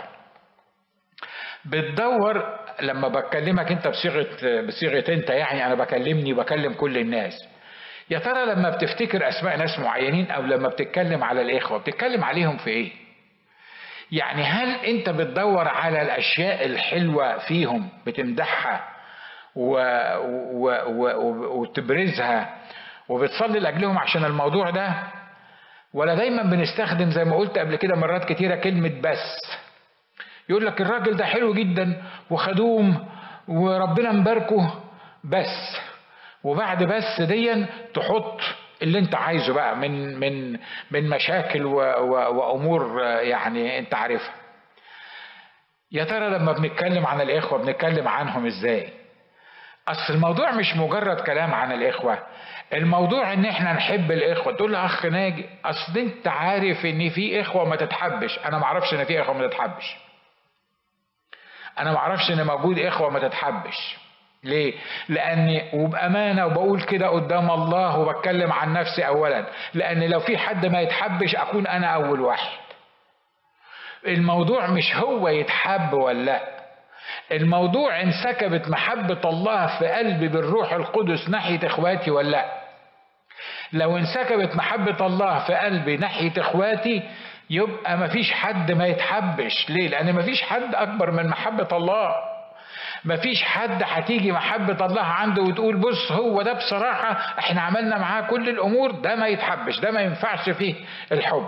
بتدور، لما بكلمك انت بصيغة بصيغة انت يعني انا بكلمني وبكلم كل الناس، يا ترى لما بتفتكر اسماء ناس معينين او لما بتتكلم على الاخوة بتتكلم عليهم في ايه؟ يعني هل انت بتدور على الاشياء الحلوة فيهم بتمدحها و... و... و... وتبرزها وبتصلي لاجلهم عشان الموضوع ده، ولا دايما بنستخدم زي ما قلت قبل كده مرات كتيرة كلمة بس؟ يقول لك الراجل ده حلو جدا وخدوم وربنا مباركه بس، وبعد بس ديا تحط اللي انت عايزه بقى من من من مشاكل و و وامور يعني انت عارفها. يا ترى لما بنتكلم عن الاخوه بنتكلم عنهم ازاي؟ اصل الموضوع مش مجرد كلام عن الاخوه، الموضوع ان احنا نحب الاخوه. تقول له اخ ناجي اصل انت عارف ان في اخوه ما تتحبش. انا ما اعرفش ان في اخوه ما تتحبش، انا ما اعرفش ان موجود اخوه ما تتحبش. ليه؟ لاني وبامانه وبقول كده قدام الله وبتكلم عن نفسي اولا، لان لو في حد ما يتحبش اكون انا اول واحد. الموضوع مش هو يتحب ولا لا، الموضوع انسكبت محبه الله في قلبي بالروح القدس ناحيه اخواتي ولا لا. لو انسكبت محبه الله في قلبي ناحيه اخواتي يبقى مفيش حد ما يتحبش. ليه؟ لان مفيش حد اكبر من محبه الله. مفيش حد هتيجي محبة الله عنده وتقول بص هو ده بصراحة احنا عملنا معاه كل الامور، ده ما يتحبش، ده ما ينفعش فيه الحب.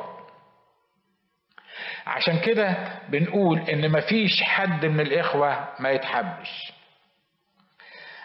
عشان كده بنقول ان مفيش حد من الاخوة ما يتحبش.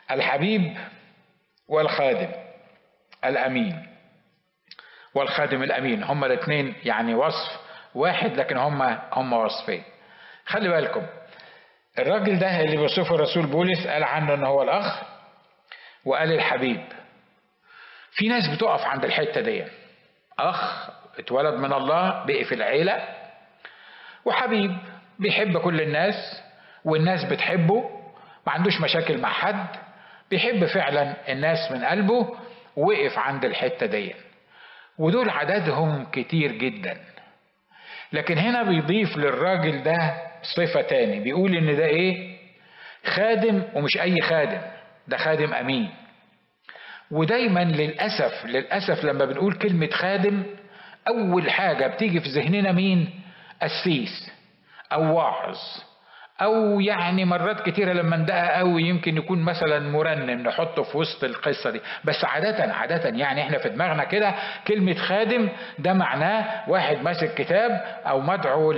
الحبيب والخادم الأمين والخادم الأمين، هما الاثنين يعني وصف واحد لكن هما هما وصفين. خلي بالكم الراجل ده اللي بيوصفه الرسول بولس قال عنه ان هو الأخ وقال الحبيب. في ناس بتقف عند الحتة دي، أخ اتولد من الله بقي في العيلة، وحبيب بيحب كل الناس والناس بتحبه، ما عندوش مشاكل مع حد، بيحب فعلا الناس من قلبه، وقف عند الحتة دي. ودول عددهم كتير جدا، لكن هنا بيضيف للراجل ده صفة تاني، بيقول ان ده ايه؟ خادم، ومش اي خادم، ده خادم امين. ودايما للأسف للأسف لما بنقول كلمة خادم اول حاجة بتيجي في ذهننا مين؟ قسيس او واعظ، او يعني مرات كتيرة لما ندقق قوي يمكن يكون مثلا مرنم نحطه في وسط القصة دي. بس عادة عادة يعني احنا في دماغنا كده كلمة خادم ده معناه واحد ماسك كتاب او مدعو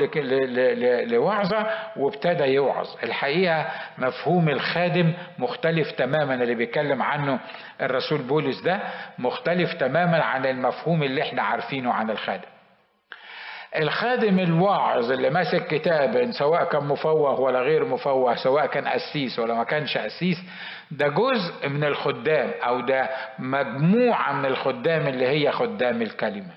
لوعظة وابتدى يوعظ. الحقيقة مفهوم الخادم مختلف تماما، اللي بيتكلم عنه الرسول بولس ده مختلف تماما عن المفهوم اللي احنا عارفينه عن الخادم. الخادم الواعظ اللي ماسك كتاب سواء كان مفوه ولا غير مفوه، سواء كان قسيس ولا ما كانش قسيس، ده جزء من الخدام او ده مجموعة من الخدام اللي هي خدام الكلمة.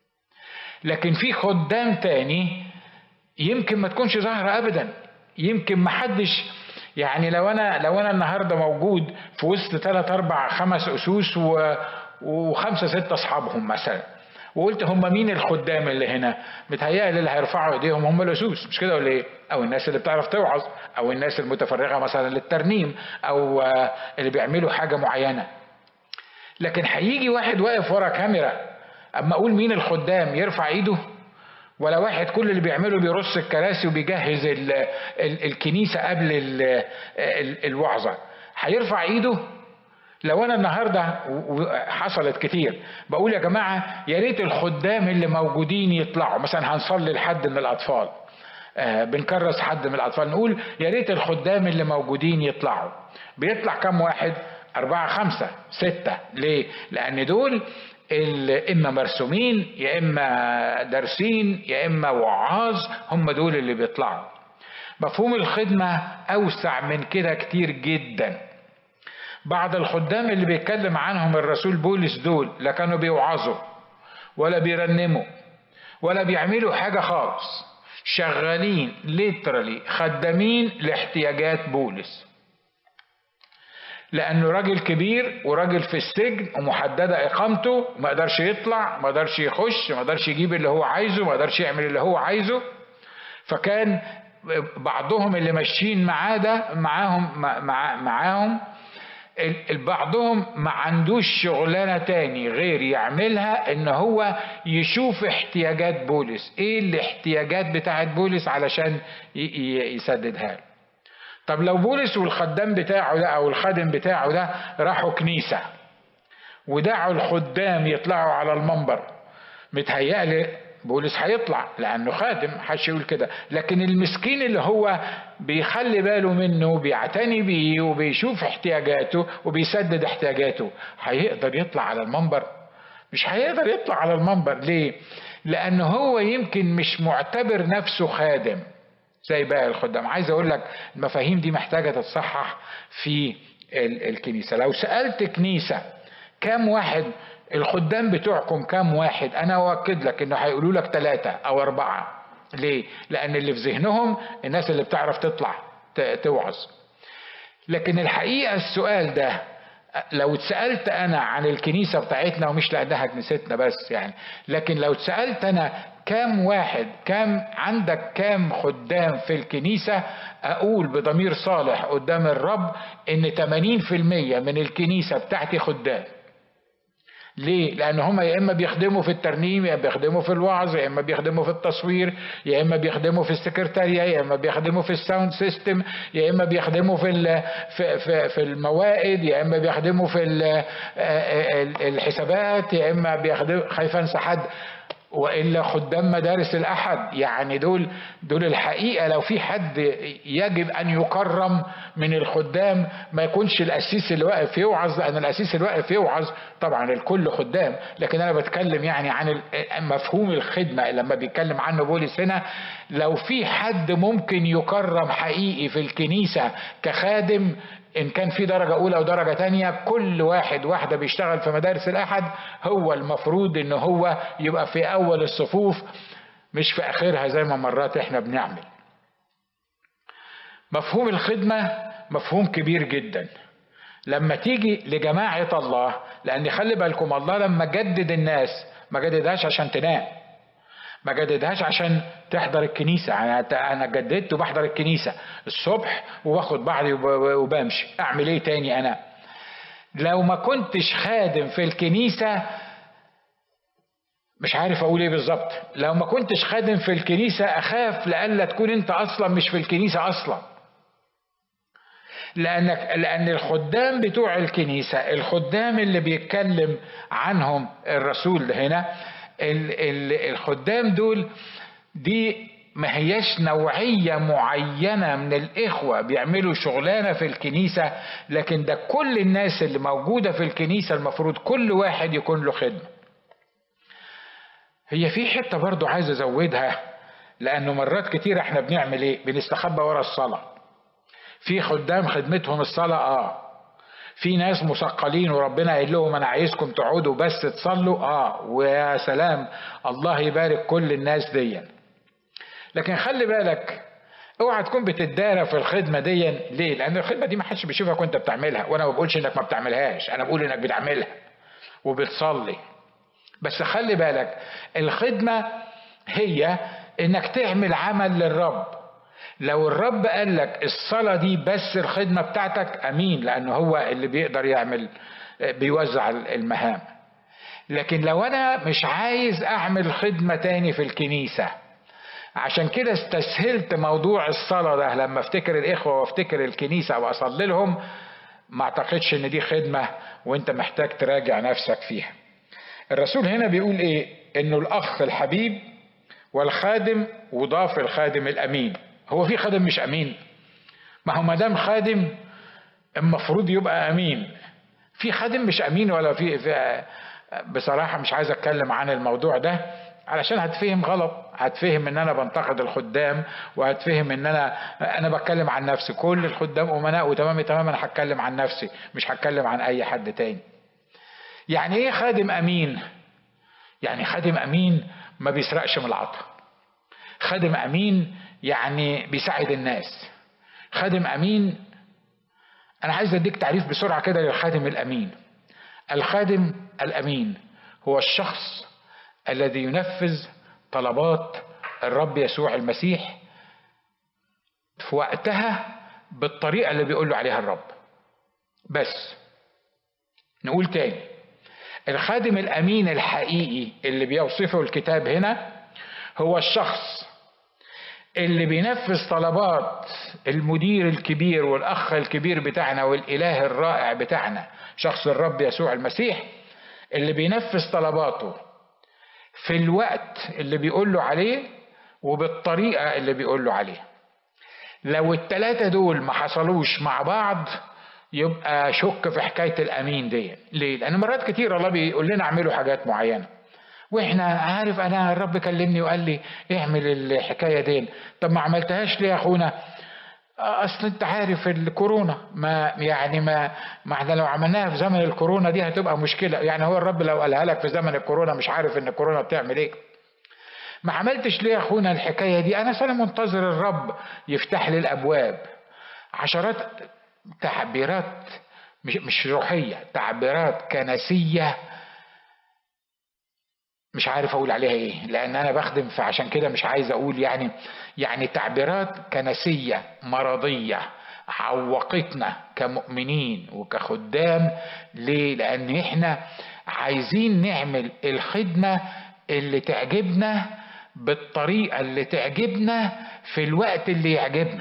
لكن في خدام تاني يمكن ما تكونش ظاهرة ابدا، يمكن ما حدش يعني لو انا لو انا النهارده موجود في وسط ثلاث اربع خمس اسوس وخمسه سته اصحابهم مثلا، وقلت هم مين الخدام اللي هنا؟ متهيألي اللي هيرفعوا ايديهم هم الاسوس، مش كده ولا ايه؟ او الناس اللي بتعرف توعظ، او الناس المتفرغه مثلا للترنيم، او اللي بيعملوا حاجه معينه. لكن هيجي واحد واقف ورا كاميرا اما اقول مين الخدام يرفع ايده؟ ولا واحد كل اللي بيعمله بيرص الكراسي وبيجهز ال ال الكنيسه قبل ال ال الوعظه هيرفع ايده؟ لو انا النهارده حصلت كتير بقول يا جماعه يا ريت الخدام اللي موجودين يطلعوا، مثلا هنصلي لحد من الاطفال، آه بنكرس حد من الاطفال، نقول يا ريت الخدام اللي موجودين يطلعوا. بيطلع كم واحد؟ أربعة خمسة ستة. ليه؟ لأن دول إما مرسومين يا إما دارسين يا إما وعاظ، هم دول اللي بيطلعوا. مفهوم الخدمة أوسع من كده كتير جدا. بعض الخدام اللي بيتكلم عنهم الرسول بولس دول لا كانوا بيوعظوا ولا بيرنموا ولا بيعملوا حاجة خالص، شغالين ليترالي خدامين لاحتياجات بولس، لأنه راجل كبير وراجل في السجن ومحددة إقامته، ما قدرش يطلع، ما قدرش يخش، ما قدرش يجيب اللي هو عايزه، ما قدرش يعمل اللي هو عايزه. فكان بعضهم اللي ماشيين معاه ده معاهم مع معاهم بعضهم ما عندوش شغلانة تاني غير يعملها ان هو يشوف احتياجات بولس، ايه الاحتياجات بتاعت بولس علشان يسددها له. طب لو بولس والخدام بتاعه ده او الخادم بتاعه ده راحوا كنيسة ودعوا الخدام يطلعوا على المنبر، متهيألي بولس هيطلع لأنه خادم، محدش يقول كده. لكن المسكين اللي هو بيخلي باله منه وبيعتني بيه وبيشوف احتياجاته وبيسدد احتياجاته، هيقدر يطلع على المنبر؟ مش هيقدر يطلع على المنبر. ليه؟ لأنه هو يمكن مش معتبر نفسه خادم زي باقي الخدام. عايز أقول لك المفاهيم دي محتاجة تتصحح في الكنيسة. لو سألت كنيسة كم واحد الخدام بتوعكم كام واحد، انا اؤكد لك انه هيقولوا لك ثلاثة او اربعة. ليه؟ لان اللي في ذهنهم الناس اللي بتعرف تطلع توعظ. لكن الحقيقة السؤال ده لو اتسألت انا عن الكنيسة بتاعتنا، ومش لانها كنيستنا بس يعني، لكن لو اتسألت انا كام واحد، كام عندك كام خدام في الكنيسة، اقول بضمير صالح قدام الرب ان ثمانين بالمئة من الكنيسة بتاعتي خدام. ليه؟ لأن هم يا إما بيخدموا في الترنيم، يا إما بيخدموا في الوعظ، يا إما بيخدموا في التصوير، يا إما بيخدموا في السكرتارية، يا إما بيخدموا في الساوند سيستم، يا إما بيخدموا في في في, في الموائد، يا إما بيخدموا في الحسابات، يا إما بيخدموا، خايف أنسى حد. وإلا خدام مدارس الأحد، يعني دول دول الحقيقة لو في حد يجب أن يكرم من الخدام ما يكونش القسيس اللي واقف يوعظ، لأن القسيس اللي واقف يوعظ طبعا الكل خدام، لكن أنا بتكلم يعني عن مفهوم الخدمة لما بيتكلم عنه بولس هنا. لو في حد ممكن يكرم حقيقي في الكنيسة كخادم، إن كان في درجة أولى ودرجة تانية، كل واحد واحدة بيشتغل في مدارس الأحد هو المفروض إن هو يبقى في أول الصفوف مش في آخرها زي ما مرات إحنا بنعمل. مفهوم الخدمة مفهوم كبير جدا لما تيجي لجماعة الله، لأن خلي بالكم الله لما جدد الناس ما جددهاش عشان تنام، ما جددهاش عشان تحضر الكنيسة. أنا جددت وبحضر الكنيسة الصبح وباخد بعضي وبمشي، أعمل إيه تاني؟ أنا لو ما كنتش خادم في الكنيسة مش عارف أقول إيه بالظبط. لو ما كنتش خادم في الكنيسة أخاف لألا تكون أنت أصلا مش في الكنيسة أصلا، لأنك لأن الخدام بتوع الكنيسة، الخدام اللي بيتكلم عنهم الرسول هنا، الخدام دول دي ما هياش نوعية معينة من الإخوة بيعملوا شغلانة في الكنيسة، لكن ده كل الناس اللي موجودة في الكنيسة المفروض كل واحد يكون له خدمة. هي في حتة برضو عايز أزودها، لأنه مرات كتير احنا بنعمل ايه؟ بنستخبى ورا الصلاة. في خدام خدمتهم الصلاة، اه في ناس مثقلين وربنا قال لهم انا عايزكم تقعدوا بس تصلوا، اه ويا سلام الله يبارك كل الناس دي. لكن خلي بالك اوعى تكون بتدارى في الخدمة دي. ليه؟ لان الخدمة دي ما حدش بيشوفك وانت بتعملها، وانا ما بقولش انك ما بتعملهاش، انا بقول انك بتعملها وبتصلي. بس خلي بالك الخدمة هي انك تعمل عمل للرب. لو الرب قال لك الصلاة دي بس الخدمة بتاعتك، امين، لانه هو اللي بيقدر يعمل بيوزع المهام. لكن لو انا مش عايز اعمل خدمة تاني في الكنيسة، عشان كده استسهلت موضوع الصلاة ده، لما افتكر الاخوة وافتكر الكنيسة واصلي لهم، ما اعتقدش ان دي خدمة وانت محتاج تراجع نفسك فيها. الرسول هنا بيقول ايه؟ انه الاخ الحبيب والخادم وضاف الخادم الامين. هو في خادم مش امين؟ ما هو ما دام خادم المفروض يبقى امين. في خادم مش امين ولا في, في بصراحة مش عايز اتكلم عن الموضوع ده علشان هتفهم غلط، هتفهم ان انا بنتقد الخدام، وهتفهم ان انا انا بتكلم عن نفسي. كل الخدام امناء وتمام تمام، انا هتكلم عن نفسي مش هتكلم عن اي حد تاني. يعني ايه خادم امين؟ يعني خادم امين ما بيسرقش من العطاء. خادم امين يعني بيساعد الناس. خادم امين، انا عايز اديك تعريف بسرعة كده للخادم الامين. الخادم الامين هو الشخص الذي ينفذ طلبات الرب يسوع المسيح في وقتها بالطريقة اللي بيقول له عليها الرب. بس نقول تاني، الخادم الامين الحقيقي اللي بيوصفه الكتاب هنا هو الشخص اللي بينفذ طلبات المدير الكبير والاخ الكبير بتاعنا والاله الرائع بتاعنا شخص الرب يسوع المسيح، اللي بينفذ طلباته في الوقت اللي بيقول له عليه وبالطريقة اللي بيقول له عليه. لو الثلاثة دول ما حصلوش مع بعض يبقى شك في حكاية الأمين دي. ليه؟ لأن مرات كتير الله بيقول لنا اعملوا حاجات معينة، واحنا عارف انا الرب كلمني وقال لي اعمل الحكاية دي، طب ما عملتهاش ليه يا اخونا؟ اصل انت عارف الكورونا، ما يعني ما ما احنا لو عملناها في زمن الكورونا دي هتبقى مشكلة. يعني هو الرب لو قالها لك في زمن الكورونا مش عارف ان الكورونا بتعمل ايه؟ ما عملتش ليه يا اخونا الحكاية دي؟ انا سنة منتظر الرب يفتح لي الابواب. عشرات تعبيرات مش مش روحية، تعبيرات كنسية مش عارف اقول عليها ايه، لان انا بخدم فعشان كده مش عايز اقول يعني يعني تعبيرات كنسية مرضية عوقتنا كمؤمنين وكخدام. ليه؟ لان احنا عايزين نعمل الخدمة اللي تعجبنا بالطريقة اللي تعجبنا في الوقت اللي يعجبنا.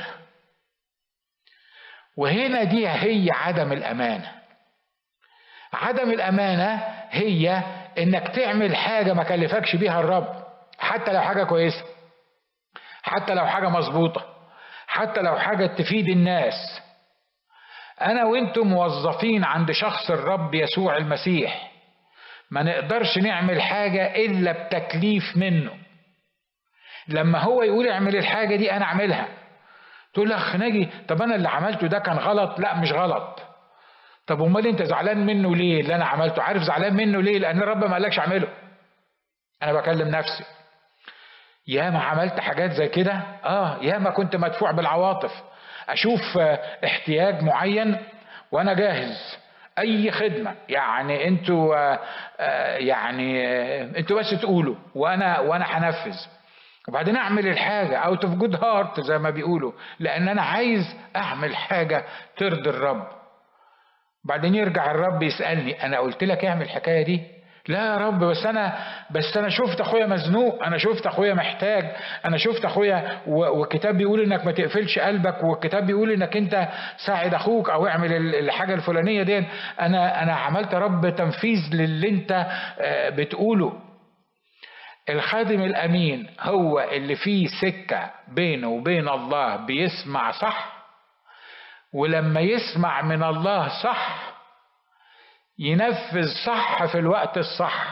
وهنا دي هي عدم الامانة. عدم الامانة هي انك تعمل حاجة ما كلفكش بيها الرب، حتى لو حاجة كويسة، حتى لو حاجة مظبوطة، حتى لو حاجة تفيد الناس. انا وانتم موظفين عند شخص الرب يسوع المسيح، ما نقدرش نعمل حاجة الا بتكليف منه. لما هو يقول اعمل الحاجة دي انا اعملها. تقول لك اخ ناجي، طب انا اللي عملته ده كان غلط. لا مش غلط. طب امال انت زعلان منه ليه؟ اللي انا عملته عارف زعلان منه ليه؟ لان الرب ما قالكش اعمله. انا بكلم نفسي، يا ما عملت حاجات زي كده، اه يا ما كنت مدفوع بالعواطف، اشوف احتياج معين وانا جاهز اي خدمه، يعني انتوا يعني انتوا بس تقولوا وانا وانا هنفذ، وبعدين اعمل الحاجه اوت اوف جود هارت زي ما بيقولوا، لان انا عايز اعمل حاجه ترضي الرب. بعدين يرجع الرب يسالني انا قلت لك اعمل الحكايه دي؟ لا يا رب، بس انا بس انا شفت اخويا مزنوق، انا شفت اخويا محتاج، انا شفت اخويا، والكتاب بيقول انك ما تقفلش قلبك، والكتاب بيقول انك انت ساعد اخوك او اعمل الحاجه الفلانيه دي. انا انا عملت يا رب تنفيذ للي انت بتقوله. الخادم الامين هو اللي فيه سكه بينه وبين الله، بيسمع صح، ولما يسمع من الله صح ينفذ صح في الوقت الصح.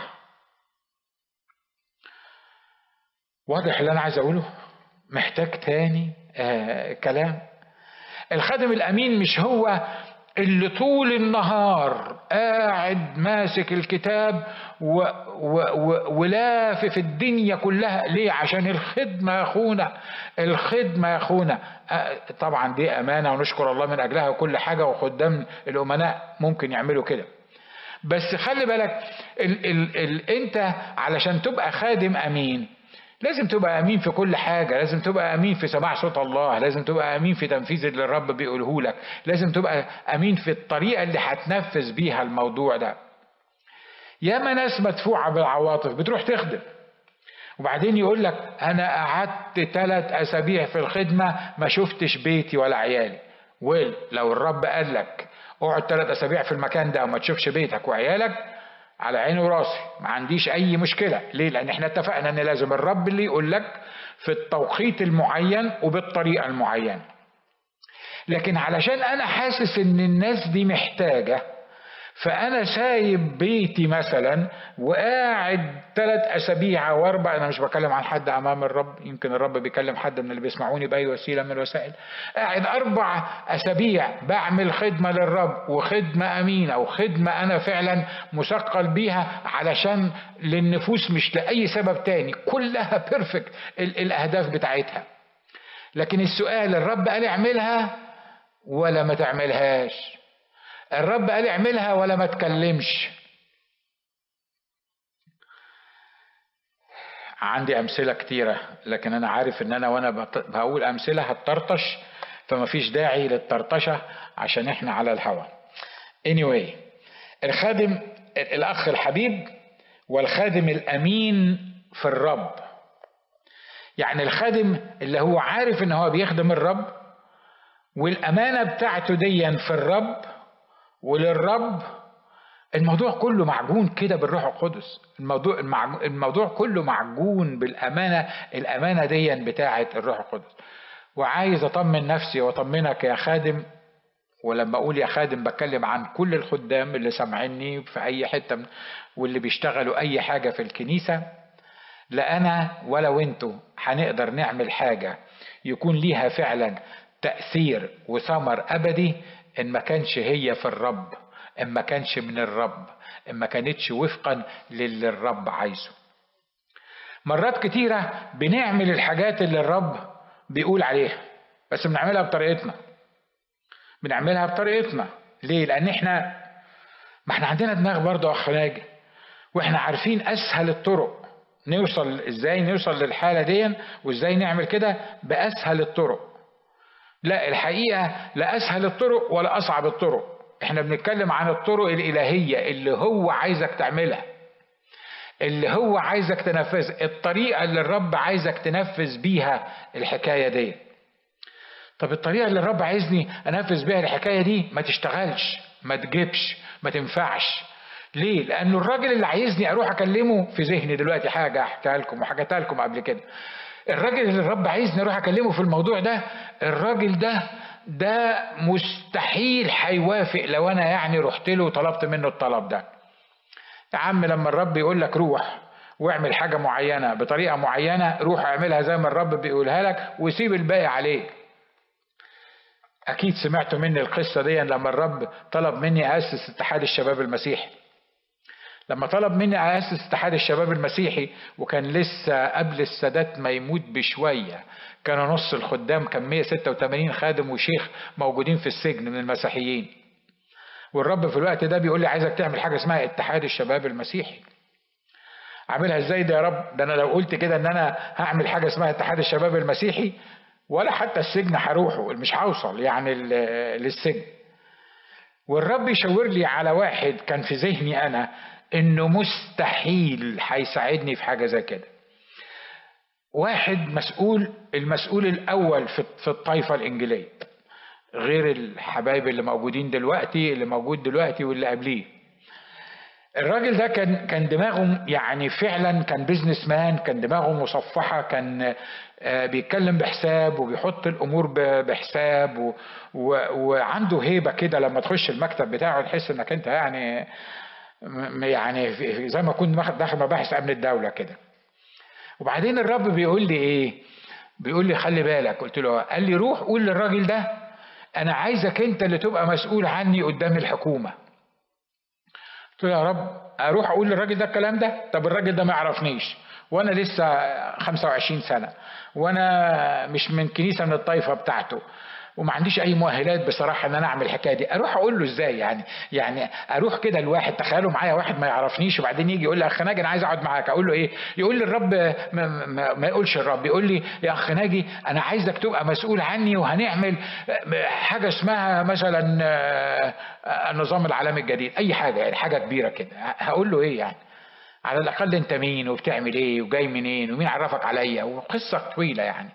واضح اللي انا عايز اقوله؟ محتاج تاني آه كلام؟ الخادم الامين مش هو اللي طول النهار قاعد ماسك الكتاب و و و ولافف الدنيا كلها. ليه؟ عشان الخدمة يا اخونا، الخدمة يا اخونا. آه طبعا دي امانة ونشكر الله من اجلها وكل حاجة، وخدام الامناء ممكن يعملوا كده، بس خلي بالك ال ال ال انت علشان تبقى خادم امين لازم تبقى امين في كل حاجة، لازم تبقى امين في سماع صوت الله، لازم تبقى امين في تنفيذ اللي الرب بيقوله لك، لازم تبقى امين في الطريقة اللي هتنفذ بيها الموضوع ده. ياما ناس مدفوعة بالعواطف بتروح تخدم وبعدين يقول لك انا قعدت ثلاث اسابيع في الخدمة ما شفتش بيتي ولا عيالي. ويل لو الرب قال لك اقعد ثلاث اسابيع في المكان ده وما تشوفش بيتك وعيالك، على عيني وراسي، ما عنديش اي مشكله. ليه؟ لان احنا اتفقنا ان لازم الرب اللي يقول لك في التوقيت المعين وبالطريقه المعينه. لكن علشان انا حاسس ان الناس دي محتاجه، فانا سايب بيتي مثلا وقاعد ثلاث اسابيع واربع، انا مش بكلم عن حد امام الرب، يمكن الرب بيكلم حد من اللي بيسمعوني باي وسيله من الوسائل، قاعد اربع اسابيع بعمل خدمه للرب، وخدمه امينه، وخدمه انا فعلا مثقل بيها علشان للنفوس مش لاي سبب تاني، كلها بيرفكت الاهداف بتاعتها. لكن السؤال، الرب قال اعملها ولا ما تعملهاش؟ الرب قال اعملها ولا ما تكلمش؟ عندي امثله كتيره، لكن انا عارف ان انا وانا بقول امثله هتطرطش، فما فيش داعي للطرطشه عشان احنا على الهوا. anyway، الخادم الاخ الحبيب والخادم الامين في الرب، يعني الخادم اللي هو عارف ان هو بيخدم الرب والامانه بتاعته دي في الرب وللرب. الموضوع كله معجون كده بالروح القدس، الموضوع الموضوع كله معجون بالامانه، الامانه دي بتاعه الروح القدس. وعايز اطمن نفسي واطمنك يا خادم، ولما اقول يا خادم بتكلم عن كل الخدام اللي سامعيني في اي حته واللي بيشتغلوا اي حاجه في الكنيسه. لا انا ولا وانتوا هنقدر نعمل حاجه يكون ليها فعلا تاثير وثمر ابدي ان ما كانش هي في الرب، ان ما كانش من الرب، ان ما كانتش وفقا للي الرب عايزه. مرات كتيره بنعمل الحاجات اللي الرب بيقول عليها، بس بنعملها بطريقتنا بنعملها بطريقتنا ليه؟ لان احنا ما احنا عندنا دماغ برضه اخ ناجي، واحنا عارفين اسهل الطرق نوصل ازاي نوصل للحاله دي، وازاي نعمل كده باسهل الطرق. لا، الحقيقه لا اسهل الطرق ولا اصعب الطرق، احنا بنتكلم عن الطرق الالهيه اللي هو عايزك تعملها، اللي هو عايزك تنفذ، الطريقه اللي الرب عايزك تنفذ بيها الحكايه دي. طب الطريقه اللي الرب عايزني انفذ بيها الحكايه دي ما تشتغلش، ما تجيبش، ما تنفعش. ليه؟ لأنه الراجل اللي عايزني أروح أكلمه في ذهني دلوقتي حاجة أحكيها لكم وحكيتها لكم قبل كده. الراجل اللي الرب عايزني أروح أكلمه في الموضوع ده، الراجل ده ده مستحيل هيوافق لو أنا يعني رحت له وطلبت منه الطلب ده. يا عم لما الرب يقول لك روح واعمل حاجة معينة بطريقة معينة، روح اعملها زي ما الرب بيقولها لك وسيب الباقي عليك. أكيد سمعتوا مني القصة دي لما الرب طلب مني أسس اتحاد الشباب المسيحي. لما طلب مني أسس اتحاد الشباب المسيحي وكان لسه قبل السادات ما يموت بشوية، كانوا نص الخدام، كان مية وستة وتمانين خادم وشيخ موجودين في السجن من المسيحيين. والرب في الوقت ده بيقول لي عايزك تعمل حاجة اسمها اتحاد الشباب المسيحي. اعملها ازاي ده يا رب؟ ده انا لو قلت كده ان انا هعمل حاجة اسمها اتحاد الشباب المسيحي ولا حتى السجن هروحه، مش هوصل يعني للسجن. والرب يشاور لي على واحد كان في ذهني انا انه مستحيل هيساعدني في حاجة زي كده. واحد مسؤول، المسؤول الاول في الطائفة الانجيلية، غير الحبايب اللي موجودين دلوقتي، اللي موجود دلوقتي واللي قبليه. الراجل ده كان كان دماغه يعني فعلا كان بيزنس مان، كان دماغه مصفحة، كان بيتكلم بحساب وبيحط الامور بحساب، وعنده هيبة كده. لما تخش المكتب بتاعه تحس انك انت يعني يعني زي ما كنت داخل مباحث امن الدولة كده. وبعدين الرب بيقول لي ايه؟ بيقول لي خلي بالك. قلت له، قال لي روح قول للراجل ده انا عايزك انت اللي تبقى مسؤول عني قدام الحكومة. قلت له يا رب اروح اقول للراجل ده الكلام ده؟ طب الراجل ده ما يعرفنيش وانا لسه خمسة وعشرين سنة وانا مش من كنيسة من الطائفة بتاعته وما عنديش اي مؤهلات بصراحة ان انا اعمل الحكاية دي. اروح اقول له ازاي يعني؟ يعني اروح كده لواحد، تخيلوا معايا واحد ما يعرفنيش وبعدين يجي يقول لي اخ ناجي انا عايز اقعد معاك. اقول له ايه؟ يقول لي الرب ما, ما, ما يقولش الرب، يقول لي يا اخ ناجي انا عايزك تبقى مسؤول عني وهنعمل حاجة اسمها مثلا النظام العالمي الجديد، اي حاجة يعني حاجة كبيرة كده. هقول له ايه يعني؟ على الاقل انت مين وبتعمل ايه وجاي منين ومين عرفك عليا، وقصة طويلة يعني.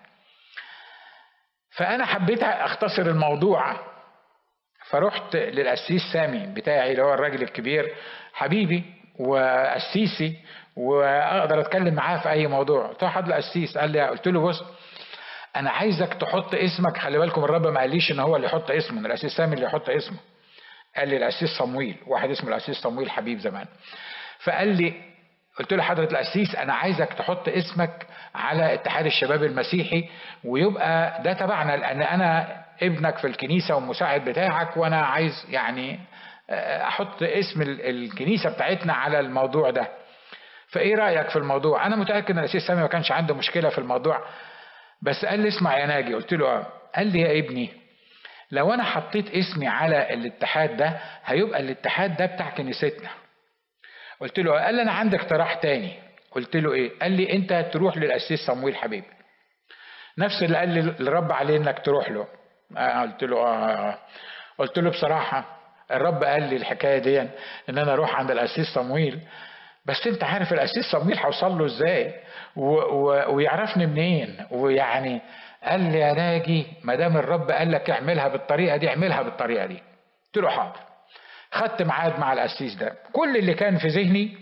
فأنا حبيت أختصر الموضوع، فرحت للأسيس سامي بتاعي اللي هو الراجل الكبير حبيبي وأسيسي وأقدر أتكلم معاه في أي موضوع. قلت له حد الأسيس، قال لي، قلت له بص أنا عايزك تحط اسمك. خلي بالكم الرب ما قاليش إن هو اللي يحط اسمه، الأسيس سامي اللي يحط اسمه. قال لي الأسيس صمويل، واحد اسمه الأسيس صمويل حبيب زمان. فقال لي، قلت له حضرة الأسيس أنا عايزك تحط اسمك على اتحاد الشباب المسيحي ويبقى ده تبعنا، لأن أنا ابنك في الكنيسة والمساعد بتاعك وأنا عايز يعني أحط اسم الكنيسة بتاعتنا على الموضوع ده. فإيه رأيك في الموضوع؟ أنا متأكد أن الأسيس سامي ما كانش عنده مشكلة في الموضوع، بس قال لي اسمع يا ناجي. قلت له قال لي يا ابني لو أنا حطيت اسمي على الاتحاد ده هيبقى الاتحاد ده بتاع كنيستنا. قلت له، قال لي انا عندي اقتراح تاني. قلت له ايه؟ قال لي انت تروح للأسيس صمويل حبيب، نفس اللي قال لي الرب عليه انك تروح له. آه قلت له اه قلت له بصراحة الرب قال لي الحكاية دي ان انا اروح عند الأسيس صمويل، بس انت عارف الأسيس صمويل هوصل له ازاي ويعرفني منين؟ ويعني قال لي يا ناجي ما دام الرب قال لك اعملها بالطريقة دي اعملها بالطريقة دي. قلت له حاضر. خدت ميعاد مع الأسيس ده. كل اللي كان في ذهني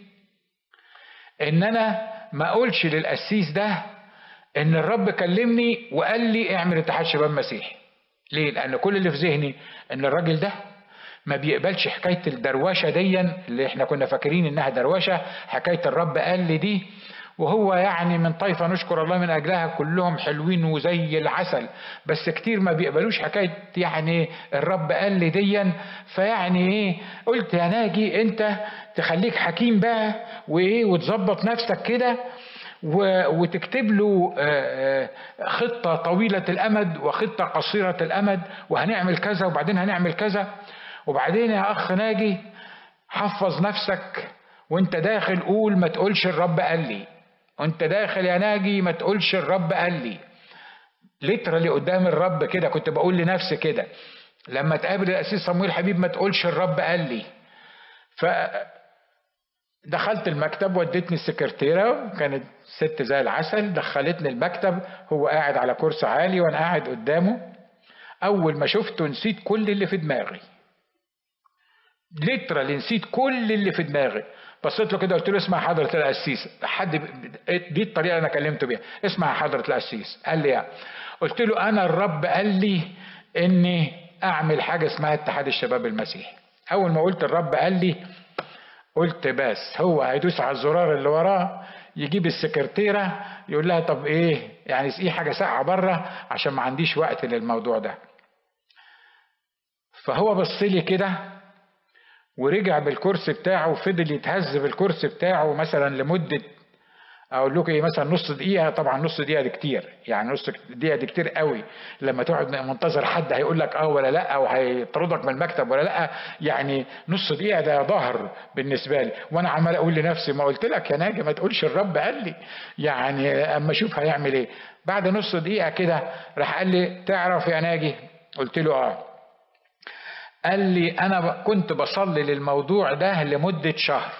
ان انا ما اقولش للأسيس ده ان الرب كلمني وقال لي اعمل اتحاد شباب مسيحي. ليه؟ لان كل اللي في ذهني ان الراجل ده ما بيقبلش حكاية الدروشة دي اللي احنا كنا فاكرين انها دروشة، حكاية الرب قال لي دي، وهو يعني من طائفة نشكر الله من أجلها كلهم حلوين وزي العسل، بس كتير ما بيقبلوش حكاية يعني الرب قال لي ديا. فيعني ايه؟ قلت يا ناجي انت تخليك حكيم بقى وايه وتظبط نفسك كده وتكتب له خطة طويلة الأمد وخطة قصيرة الأمد، وهنعمل كذا وبعدين هنعمل كذا. وبعدين يا أخ ناجي حفظ نفسك وانت داخل قول ما تقولش الرب قال لي، وانت داخل يا ناجي ما تقولش الرب قال لي. لترالي قدام الرب كده كنت بقول لنفسي كده لما تقابل الأسيس صمويل حبيب ما تقولش الرب قال لي. فدخلت المكتب وديتني السكرتيرة، كانت ست زي العسل، دخلتني المكتب، هو قاعد على كرسي عالي وانا قاعد قدامه. اول ما شفته نسيت كل اللي في دماغي. ليترالي نسيت كل اللي في دماغي. بصيت له كده قلت له اسمع حضرة القسيس، حد دي الطريقة انا كلمته بيها، اسمع حضرة القسيس. قال لي يعني. قلت له انا الرب قال لي اني اعمل حاجة اسمها اتحاد الشباب المسيحي. اول ما قلت الرب قال لي، قلت بس هو هيدوس على الزرار اللي وراه، يجيب السكرتيرة يقول لها طب ايه يعني اسقيه حاجة ساقعة بره عشان ما عنديش وقت للموضوع ده. فهو بص لي كده ورجع بالكرسي بتاعه وفضل يتهز بالكرسي بتاعه مثلا لمدة، اقول لكم ايه، مثلا نص دقيقة. طبعا نص دقيقة دي كتير، يعني نص دقيقة دي كتير قوي لما تقعد منتظر حد هيقول لك اه ولا لا، او هيطردك من المكتب ولا لا. يعني نص دقيقة ده ظهر بالنسبة لي، وانا عمال اقول لنفسي ما قلت لك يا ناجي ما تقولش الرب قال لي، يعني اما اشوف هيعمل ايه. بعد نص دقيقة كده راح قال لي تعرف يا ناجي؟ قلت له اه. قال لي انا كنت بصلي للموضوع ده لمدة شهر،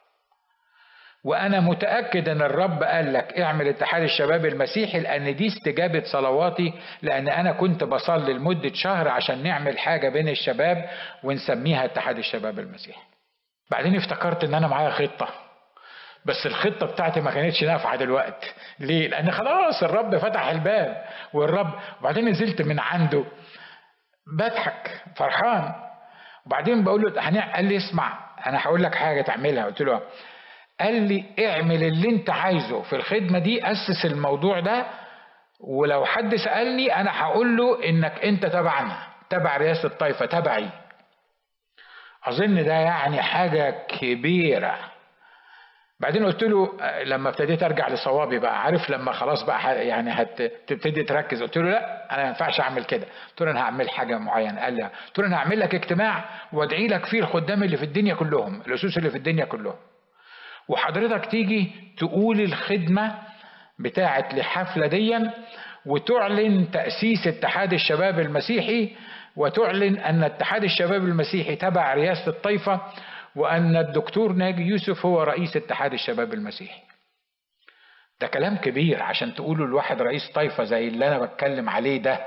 وانا متأكد ان الرب قال لك اعمل اتحاد الشباب المسيحي لان دي استجابة صلواتي، لان انا كنت بصلي لمدة شهر عشان نعمل حاجة بين الشباب ونسميها اتحاد الشباب المسيحي. بعدين افتكرت ان انا معايا خطة، بس الخطة بتاعتي ما كانتش نافعة دلوقتي. ليه؟ لان خلاص الرب فتح الباب والرب. وبعدين نزلت من عنده بضحك فرحان، وبعدين بقول له قال لي اسمع انا هقول لك حاجة تعملها. قلت له قال لي اعمل اللي انت عايزه في الخدمة دي، اسس الموضوع ده، ولو حد سألني انا هقول له انك انت تبعنا، تبع رئاسة الطائفة، تبعي. اظن ده يعني حاجة كبيرة. بعدين قلت له لما ابتديت ارجع لصوابي بقى، عارف لما خلاص بقى يعني هتبتدي تركز، قلت له لا انا ما ينفعش اعمل كده. قلت له انا هعمل حاجه معينه. قال لي قلت له انا هعمل لك اجتماع وادعي لك فيه الخدام اللي في الدنيا كلهم، الاسوس اللي في الدنيا كلهم، وحضرتك تيجي تقول الخدمه بتاعت الحفله ديا، وتعلن تاسيس اتحاد الشباب المسيحي، وتعلن ان اتحاد الشباب المسيحي تبع رئاسه الطائفه، وأن الدكتور ناجي يوسف هو رئيس اتحاد الشباب المسيحي. ده كلام كبير عشان تقوله لواحد رئيس طائفة زي اللي أنا بتكلم عليه ده.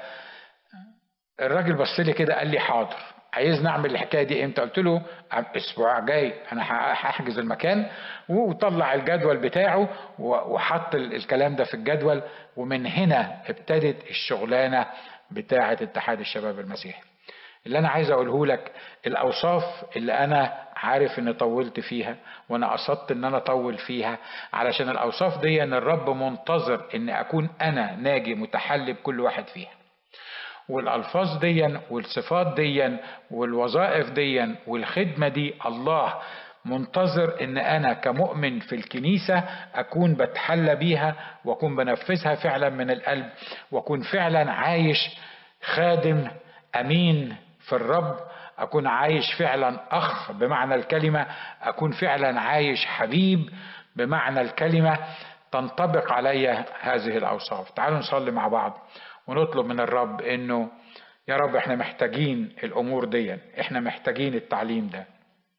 الراجل بص لي كده قال لي حاضر، عايز نعمل الحكاية دي امتى؟ قلت له اسبوع جاي انا هحجز المكان، وطلع الجدول بتاعه وحط الكلام ده في الجدول. ومن هنا ابتدت الشغلانة بتاعة اتحاد الشباب المسيحي. اللي انا عايز اقوله لك الاوصاف اللي انا عارف ان طولت فيها، وانا قصدت ان انا اطول فيها علشان الاوصاف دي ان الرب منتظر ان اكون انا ناجي متحلي بكل واحد فيها. والالفاظ دي والصفات دي والوظائف دي والخدمة دي الله منتظر ان انا كمؤمن في الكنيسة اكون بتحلى بيها، واكون بنفذها فعلا من القلب، واكون فعلا عايش خادم امين في الرب، اكون عايش فعلا اخ بمعنى الكلمة، اكون فعلا عايش حبيب بمعنى الكلمة. تنطبق علي هذه الاوصاف. تعالوا نصلي مع بعض ونطلب من الرب انه يا رب احنا محتاجين الامور دي، احنا محتاجين التعليم ده.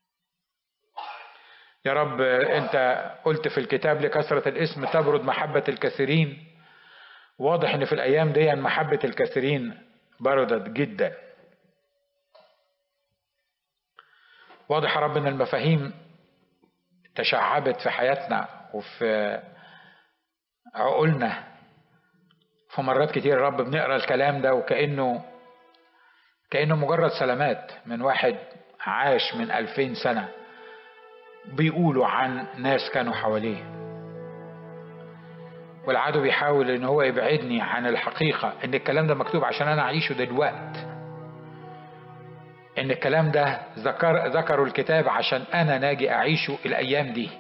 يا رب انت قلت في الكتاب لكثرة الاسم تبرد محبة الكثيرين. واضح ان في الايام دي محبة الكثيرين بردت جدا. واضح يا رب ان المفاهيم تشعبت في حياتنا وفي عقولنا. في مرات كتير يا رب بنقرا الكلام ده وكأنه كأنه مجرد سلامات من واحد عاش من ألفين سنة بيقولوا عن ناس كانوا حواليه، والعدو بيحاول ان هو يبعدني عن الحقيقة ان الكلام ده مكتوب عشان انا اعيشه دلوقت، ان الكلام ده ذكر ذكروا الكتاب عشان انا ناجي اعيشه الايام دي،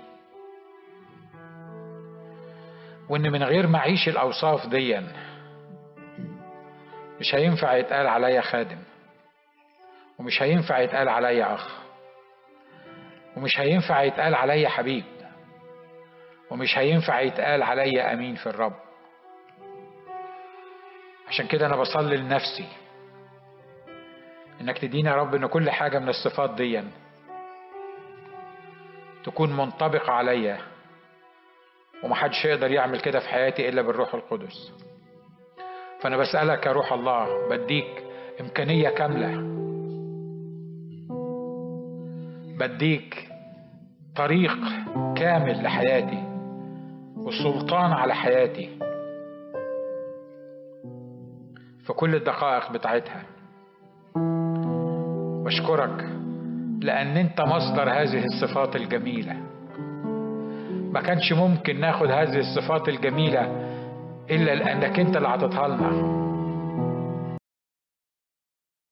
وان من غير ما اعيش الاوصاف دي مش هينفع يتقال عليا خادم، ومش هينفع يتقال عليا اخ، ومش هينفع يتقال عليا حبيب، ومش هينفع يتقال عليا امين في الرب. عشان كده انا بصلي لنفسي انك تديني يا رب ان كل حاجة من الصفات دي تكون منطبقة عليا، ومحدش يقدر يعمل كده في حياتي الا بالروح القدس. فانا بسألك يا روح الله، بديك امكانية كاملة بديك طريق كامل لحياتي والسلطان على حياتي في كل الدقائق بتاعتها. بشكرك لأن أنت مصدر هذه الصفات الجميلة. ما كانش ممكن ناخد هذه الصفات الجميلة إلا لأنك أنت اللي عطيتها لنا.